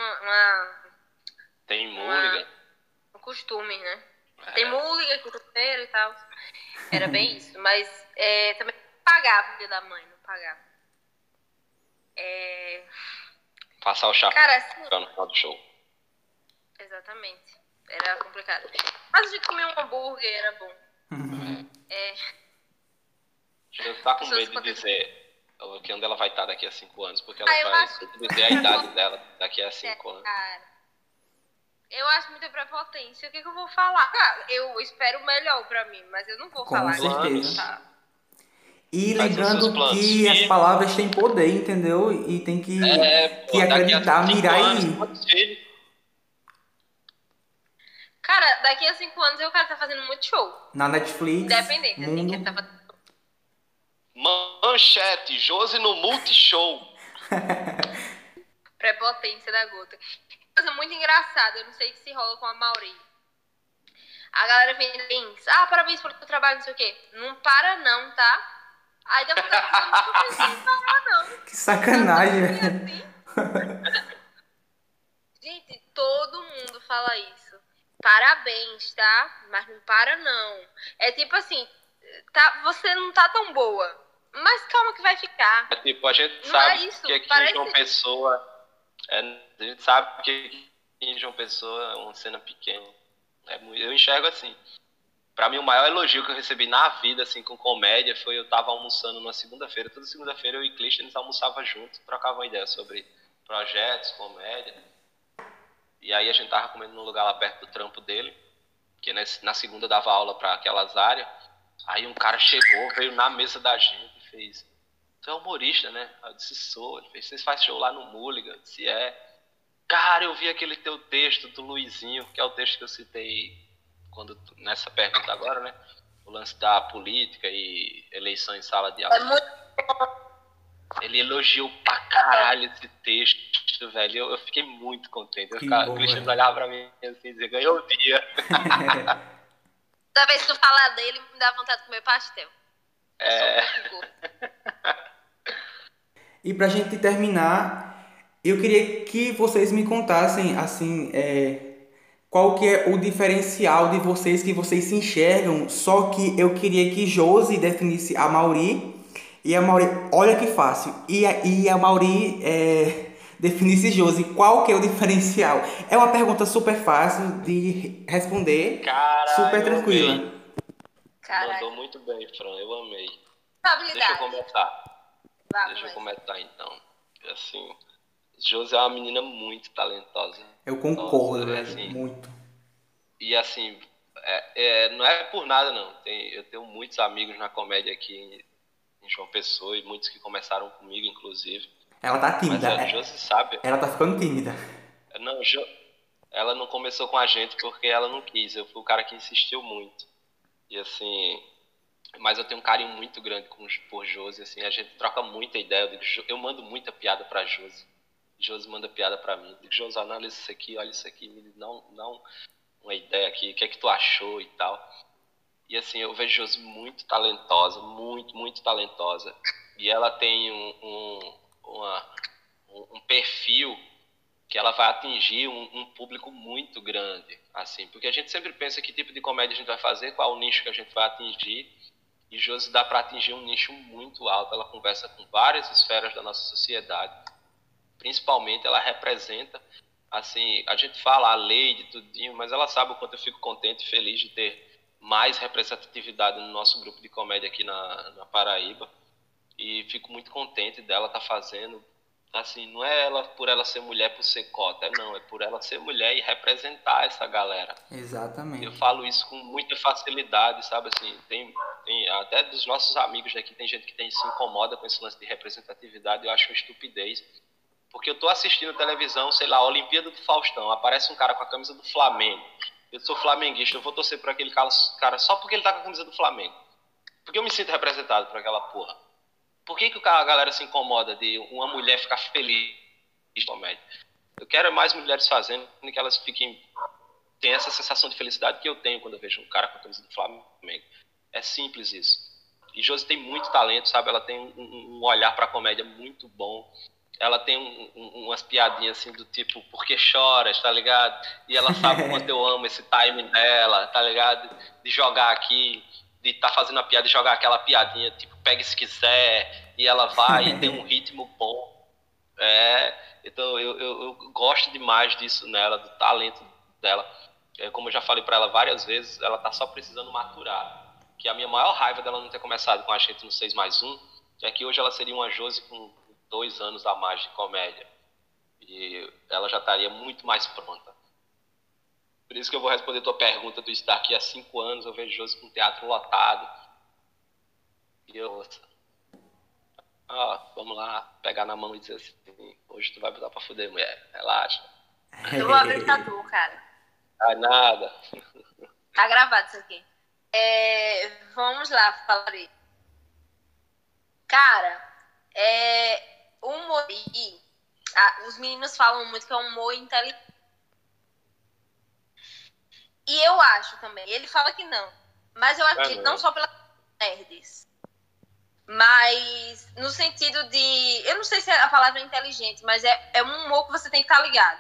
S2: Tem Mulligan.
S3: um costume, né?
S2: É.
S3: Tem Mulligan, quinta-feira e tal. Era bem isso. Mas também não pagava, filho da mãe, não pagava.
S2: Passar o chapéu
S3: Cara, assim,
S2: no final do show.
S3: exatamente. Era complicado. Mas a gente comia um hambúrguer, era bom.
S2: Já tá com medo de dizer que onde ela vai estar daqui a 5 anos, porque ela vai dizer a idade dela daqui a 5 anos.
S3: Cara, eu acho muita prepotência. O que eu vou falar? Cara, eu espero o melhor pra mim, mas eu não vou
S1: Com
S3: falar.
S1: certeza.
S3: Tá?
S1: E
S2: Faz os
S1: lembrando
S2: seus planos.
S1: que as palavras têm poder, entendeu? E tem que
S2: Pô,
S1: acreditar,
S2: daqui a 5
S1: mirar
S2: anos,
S1: e...
S2: quantos filhos?
S3: Cara, daqui a 5 anos eu quero estar fazendo muito show.
S1: Na Netflix,
S3: Independente, assim,
S1: mundo...
S3: que eu tava...
S2: Manchete, Josi no Multishow.
S3: Prepotência da gota. Coisa muito engraçada, eu não sei se rola com a Mauri. A galera vem e parabéns pelo teu trabalho, não sei o quê. Não para não, tá? Aí dá vontade de falar, não precisa parar não.
S1: Que sacanagem,
S3: Assim. Gente, todo mundo fala isso. Parabéns, tá? Mas não para não. É tipo assim, você não tá tão boa. Mas calma que vai ficar.
S2: É tipo, a gente
S3: Não
S2: sabe
S3: é isso,
S2: que aqui
S3: parece...
S2: em João Pessoa... a gente sabe que aqui em João Pessoa é uma cena pequena. Eu enxergo assim. Pra mim, o maior elogio que eu recebi na vida, assim, com comédia, foi eu tava almoçando numa segunda-feira. Toda segunda-feira eu e Christian almoçavam juntos, trocavam uma ideia sobre projetos, comédia. E aí a gente tava comendo num lugar lá perto do trampo dele, que na segunda dava aula pra aquelas áreas. Aí um cara chegou, veio na mesa da gente e fez: "Tu é humorista, né?" Eu disse: "Sou." Ele fez: "Vocês fazem show lá no Mulligan?" Eu disse: "É." "Cara, eu vi aquele teu texto do Luizinho", que é o texto que eu citei nessa pergunta agora, né? O lance da política e eleição em sala de aula.
S3: É muito...
S2: Ele elogiou pra caralho esse texto, velho. Eu fiquei muito contente. O Cristiano olhava pra mim assim e dizia: "Ganhou o dia."
S3: Toda vez que tu falar dele, me dá vontade de comer pastel.
S1: E pra gente terminar, eu queria que vocês me contassem, assim, qual que é o diferencial de vocês, que vocês se enxergam, só que eu queria que Josi definisse a Mauri, e a Mauri, olha que fácil, e a Mauri definisse Josi, qual que é o diferencial? É uma pergunta super fácil de responder, super tranquila.
S2: Mandou muito bem, Fran, eu amei.
S3: Habilidade.
S2: Deixa eu começar então. Assim, Josi é uma menina muito talentosa.
S1: Eu concordo, velho, assim, muito.
S2: E assim, não é por nada não. Eu tenho muitos amigos na comédia aqui em João Pessoa e muitos que começaram comigo, inclusive.
S1: Ela tá tímida.
S2: Mas a Josi sabe.
S1: Ela tá ficando tímida.
S2: Não, ela não começou com a gente porque ela não quis. Eu fui o cara que insistiu muito. E assim, mas eu tenho um carinho muito grande por Josi, assim, a gente troca muita ideia. Eu mando muita piada pra Josi. Josi manda piada pra mim. Eu digo: "Josi, analisa isso aqui, olha isso aqui, me dá uma ideia aqui, o que é que tu achou e tal." E assim, eu vejo Josi muito talentosa, muito, muito talentosa. E ela tem um perfil que ela vai atingir um público muito grande, assim, porque a gente sempre pensa que tipo de comédia a gente vai fazer, qual o nicho que a gente vai atingir, e Josi dá para atingir um nicho muito alto. Ela conversa com várias esferas da nossa sociedade, principalmente ela representa assim, a gente fala a lei de tudinho, mas ela sabe o quanto eu fico contente e feliz de ter mais representatividade no nosso grupo de comédia aqui na Paraíba. E fico muito contente dela estar fazendo. Assim, não é ela por ela ser mulher por ser cota, não, é por ela ser mulher e representar essa galera. Eu
S1: Exatamente.
S2: falo isso com muita facilidade, sabe? Assim, tem até dos nossos amigos aqui, tem gente que se incomoda com esse lance de representatividade, eu acho uma estupidez. Porque eu tô assistindo televisão, sei lá, a Olimpíada do Faustão, aparece um cara com a camisa do Flamengo. Eu sou flamenguista, eu vou torcer por aquele cara só porque ele tá com a camisa do Flamengo. Porque eu me sinto representado por aquela porra. Por que a galera se incomoda de uma mulher ficar feliz de comédia? Eu quero mais mulheres fazendo, que elas tenham essa sensação de felicidade que eu tenho quando eu vejo um cara com a camisa do Flamengo. É simples isso. E Josi tem muito talento, sabe? Ela tem um olhar pra comédia muito bom. Ela tem umas piadinhas assim do tipo, por que choras, tá ligado? E ela sabe o quanto eu amo esse timing dela, tá ligado? De jogar aqui, de tá fazendo a piada e jogar aquela piadinha, tipo, pegue se quiser, e ela vai e tem um ritmo bom. Então eu gosto demais disso nela, do talento dela. Como eu já falei pra ela várias vezes, ela tá só precisando maturar. Que a minha maior raiva dela não ter começado com a gente no 6+1 é que hoje ela seria uma Josi com 2 anos a mais de comédia. E ela já estaria muito mais pronta. Por isso que eu vou responder a tua pergunta do daqui a 5 anos eu vejo Josi com o teatro lotado. E eu, vamos lá, pegar na mão e dizer assim, hoje tu vai botar pra fuder, mulher, relaxa.
S3: Eu vou abrir tatu, cara.
S2: Ai, nada.
S3: Tá gravado isso aqui. Vamos lá, falar aí. Cara, o humor... os meninos falam muito que é um humor inteligente. E eu acho também. Ele fala que não. Mas eu acredito não só pelas nerds. Mas no sentido de... Eu não sei se a palavra é inteligente, mas é um humor que você tem que estar ligado.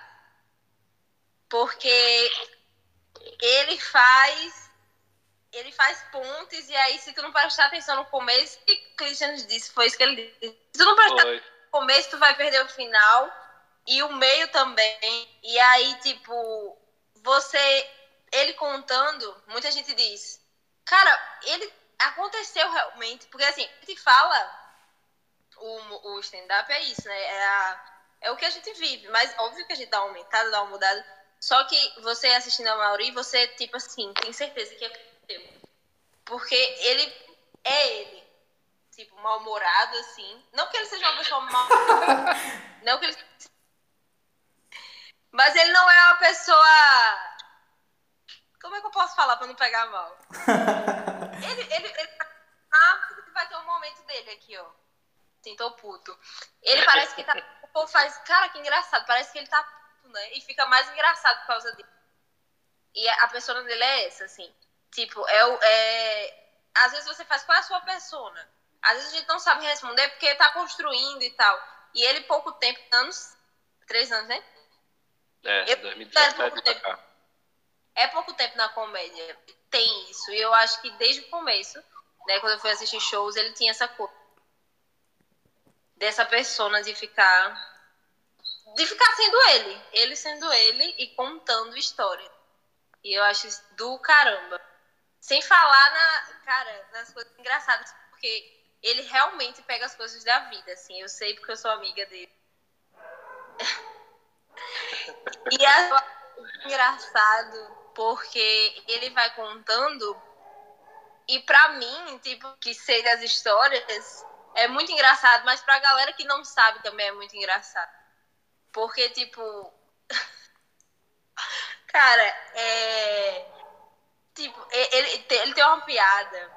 S3: Porque ele faz pontes e aí se tu não prestar atenção no começo, que Christian disse, foi isso que ele disse. Se tu não prestar atenção no começo, tu vai perder o final e o meio também. E aí, tipo, ele contando, muita gente diz, cara, ele aconteceu realmente, porque assim, a gente fala, o stand-up é isso, né? É o que a gente vive, mas óbvio que a gente dá uma aumentada, dá uma mudada. Só que você assistindo a Mauri, você, tipo assim, tem certeza que aconteceu. Porque ele é ele. Tipo, mal-humorado, assim. Não que ele seja uma pessoa mal... Não que ele... Mas ele não é uma pessoa... Como é que eu posso falar pra não pegar mal? ele vai ter um momento dele aqui, ó. Assim, tô puto. Ele parece que tá... O povo faz... Cara, que engraçado. Parece que ele tá puto, né? E fica mais engraçado por causa dele. E a persona dele é essa, assim. Tipo, às vezes você faz, qual é a sua persona? Às vezes a gente não sabe responder porque tá construindo e tal. E ele, pouco tempo, 3 anos, né?
S2: 2017 pra cá.
S3: É pouco tempo na comédia. Tem isso. E eu acho que desde o começo, né, quando eu fui assistir shows, ele tinha essa coisa. Dessa persona de ficar sendo ele. Ele sendo ele e contando história. E eu acho isso do caramba. Sem falar nas coisas engraçadas, porque ele realmente pega as coisas da vida, assim. Eu sei porque eu sou amiga dele. E é engraçado porque ele vai contando e pra mim, tipo, que sei das histórias, é muito engraçado, mas pra galera que não sabe também é muito engraçado. Porque, tipo... Cara, tipo, ele tem uma piada.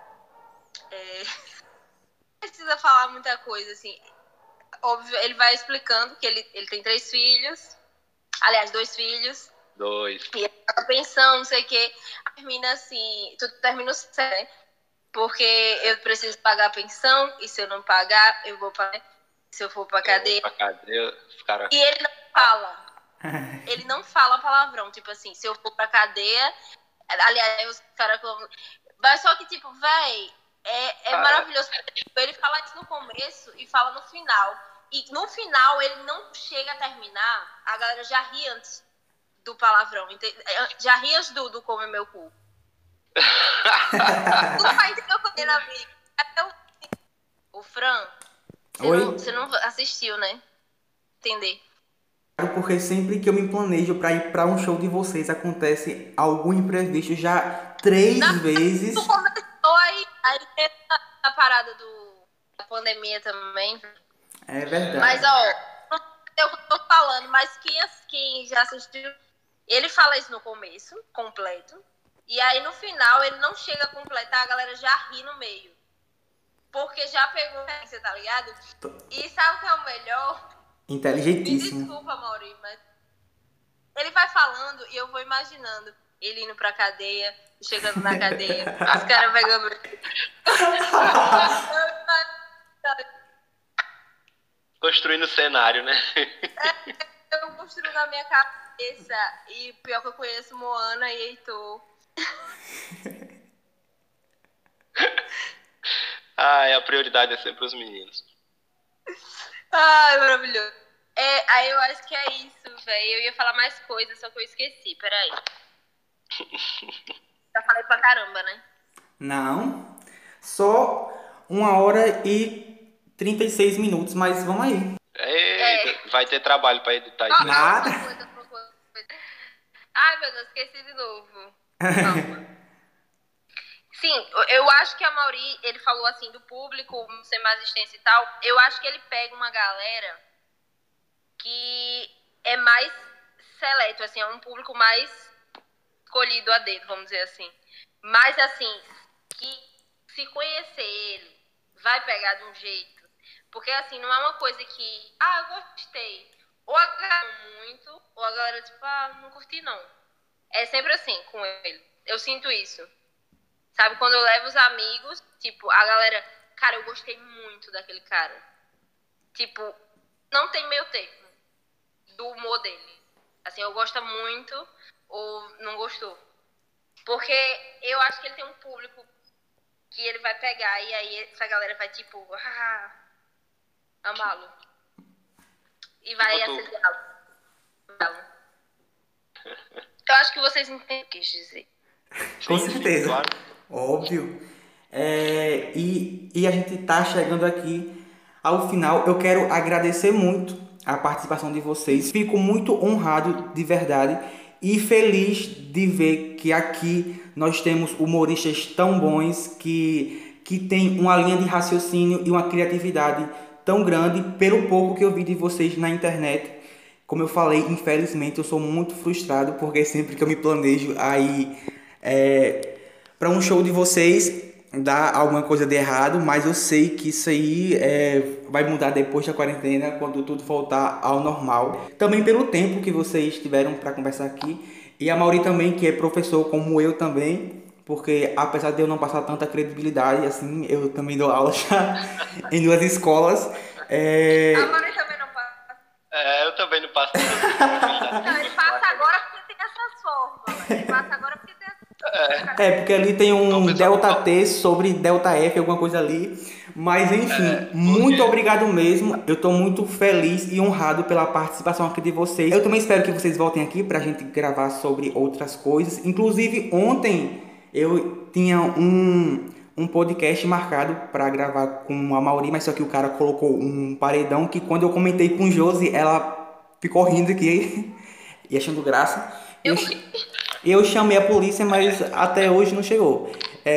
S3: Não precisa falar muita coisa, assim. Óbvio, ele vai explicando que ele tem 3 filhos. Aliás, 2 filhos.
S2: 2.
S3: E ele tava pensando, não sei o quê. Termina assim, tudo termina o certo, né? Porque eu preciso pagar a pensão, e se eu não pagar, eu vou pagar. Se eu for pra cadeia. E ele não fala. Ele não fala palavrão, tipo assim, se eu for pra cadeia, aliás, os caras... Mas só que, tipo, véi, é maravilhoso. Ele fala isso no começo e fala no final. e no final ele não chega a terminar, a galera já ri antes do palavrão, já ri antes do comer meu cu. Tu não vai entender o que eu tenho na vida. Até o Fran, você não assistiu, né? Entender.
S1: Porque sempre que eu me planejo pra ir pra um show de vocês, acontece algum imprevisto já 3 vezes.
S3: Tu começou aí tem a parada da pandemia também.
S1: É verdade.
S3: Mas, ó, eu tô falando, mas quem já assistiu, ele fala isso no começo, completo. E aí, no final, ele não chega a completar, a galera já ri no meio. Porque já pegou, você tá ligado? E sabe o que é o melhor?
S1: Inteligentíssimo.
S3: Me desculpa, Mauri, mas ele vai falando e eu vou imaginando ele indo pra cadeia, chegando na cadeia, os caras pegando...
S2: Construindo o cenário, né?
S3: Eu construo na minha cabeça. E pior que eu conheço Moana e Heitor.
S2: A prioridade é sempre os meninos.
S3: Ai, maravilhoso. Aí eu acho que é isso, velho. Eu ia falar mais coisas, só que eu esqueci. Peraí. Já falei pra caramba, né?
S1: Não. Só 1h36, mas vamos aí.
S2: Vai ter trabalho pra editar isso.
S1: Nada.
S3: Coisa. Ai, meu Deus, esqueci de novo. Calma. Sim, eu acho que a Mauri, ele falou assim, do público ser mais extenso e tal. Eu acho que ele pega uma galera que é mais seleto, assim, é um público mais escolhido a dedo, vamos dizer assim. Mas, assim, que se conhecer ele, vai pegar de um jeito. Porque, assim, não é uma coisa que, eu gostei. Ou a galera muito, ou a galera, tipo, não curti, não. É sempre assim com ele. Eu sinto isso. Sabe, quando eu levo os amigos, tipo, a galera... Cara, eu gostei muito daquele cara. Tipo, não tem meio termo do humor dele. Assim, eu gosto muito ou não gostou. Porque eu acho que ele tem um público que ele vai pegar e aí essa galera vai, tipo, amá-lo. E vai assediá-lo. Eu acho que vocês entendem o que eu quis dizer.
S1: Com certeza.
S2: Sim, claro.
S1: Óbvio. E a gente tá chegando aqui ao final. Eu quero agradecer muito a participação de vocês. Fico muito honrado, de verdade, e feliz de ver que aqui nós temos humoristas tão bons que tem uma linha de raciocínio e uma criatividade tão grande pelo pouco que eu vi de vocês na internet. Como eu falei, infelizmente eu sou muito frustrado porque sempre que eu me planejo aí para um show de vocês dá alguma coisa de errado, mas eu sei que isso aí vai mudar depois da quarentena, quando tudo voltar ao normal. Também pelo tempo que vocês tiveram para conversar aqui. E a Mauri também, que é professor como eu também, porque apesar de eu não passar tanta credibilidade, assim, eu também dou aula já em 2 escolas.
S3: A Mauri também não passa.
S2: Eu também não passo.
S3: Não, ele passa agora porque tem essas formas. Ele passa agora porque tem essas
S1: porque ali tem um delta T sobre delta F, alguma coisa ali. Mas enfim, muito obrigado mesmo. Eu tô muito feliz e honrado pela participação aqui de vocês. Eu também espero que vocês voltem aqui pra gente gravar sobre outras coisas. Inclusive, ontem eu tinha um podcast marcado para gravar com a Mauri, mas só que o cara colocou um paredão que quando eu comentei com Josi, ela ficou rindo aqui e achando graça. Eu chamei a polícia, mas até hoje não chegou.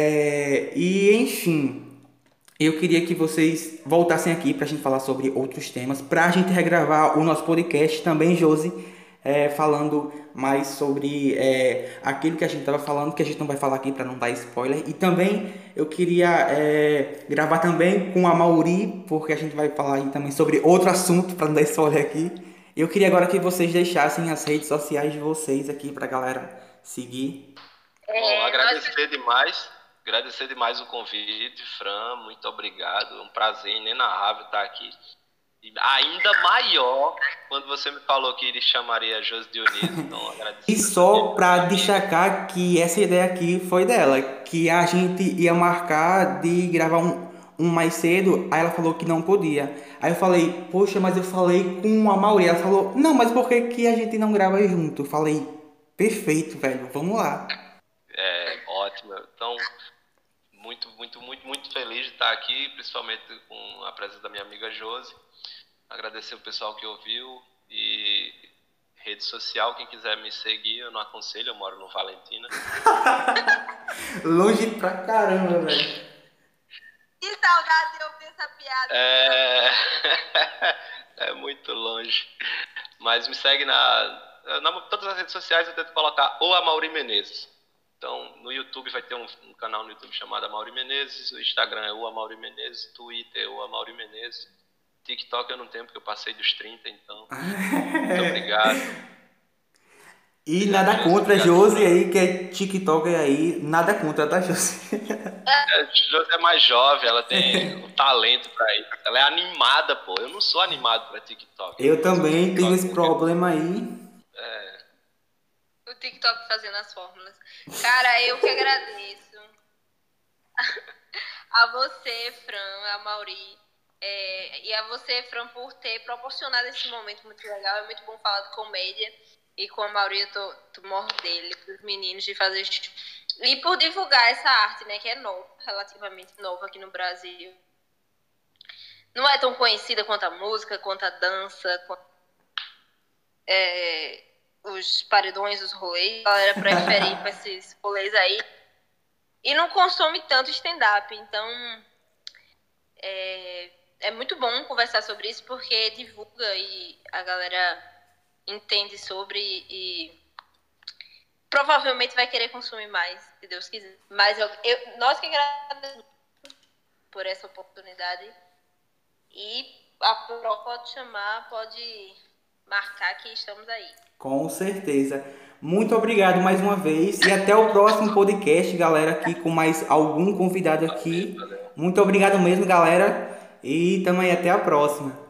S1: E enfim, eu queria que vocês voltassem aqui pra gente falar sobre outros temas, pra gente regravar o nosso podcast também, Josi, falando mais sobre aquilo que a gente estava falando, que a gente não vai falar aqui para não dar spoiler. E também eu queria gravar também com a Mauri, porque a gente vai falar aí também sobre outro assunto, para não dar spoiler aqui. Eu queria agora que vocês deixassem as redes sociais de vocês aqui para a galera seguir.
S2: Bom, agradecer demais o convite, Fran, muito obrigado, é um prazer inenarrável estar aqui. E ainda maior quando você me falou que chamaria Josi Dionísio, então agradeço.
S1: E só para destacar que essa ideia aqui foi dela, que a gente ia marcar de gravar um mais cedo, aí ela falou que não podia. Aí eu falei, poxa, mas eu falei com a Mauri. Ela falou, não, mas por que que a gente não grava junto? Eu falei, perfeito, velho, vamos lá.
S2: É ótimo. Então, muito feliz de estar aqui, principalmente com a presença da minha amiga Josi. Agradecer o pessoal que ouviu e rede social, quem quiser me seguir, eu não aconselho, eu moro no Valentina.
S1: Longe pra caramba, velho.
S3: Que saudade de ouvir essa piada.
S2: É... é muito longe. Mas me segue todas as redes sociais, eu tento colocar o Amaury Menezes. Então, no YouTube vai ter um canal no YouTube chamado Amaury Menezes, o Instagram é o Amaury Menezes, Twitter é o Amaury Menezes, TikTok eu não tenho porque eu passei dos 30, então muito obrigado.
S1: E nada contra a Josi aí, que é TikToker aí, nada contra, tá, Josi?
S2: A Josi é mais jovem, ela tem um talento pra isso. Ela é animada, pô. Eu não sou animado pra TikTok.
S1: Eu também tenho esse problema aí.
S3: O TikTok fazendo as fórmulas. Cara, eu que agradeço a você, Fran, a Mauri, e a você, Fran, por ter proporcionado esse momento muito legal. É muito bom falar de comédia. E com a Mauri eu tô morrendo dele, pros meninos, de fazer... E por divulgar essa arte, né, que é nova, relativamente nova aqui no Brasil. Não é tão conhecida quanto a música, quanto a dança, quanto, os paredões, os rolês. A galera prefere ir pra esses rolês aí. E não consome tanto stand-up. Então, é muito bom conversar sobre isso, porque divulga e a galera entende sobre e provavelmente vai querer consumir mais, se Deus quiser. Mas nós que agradecemos por essa oportunidade. E a Pro pode chamar, pode marcar que estamos aí.
S1: Com certeza. Muito obrigado mais uma vez e até o próximo podcast, galera, aqui com mais algum convidado aqui. Muito obrigado mesmo, galera. E tamo aí, até a próxima.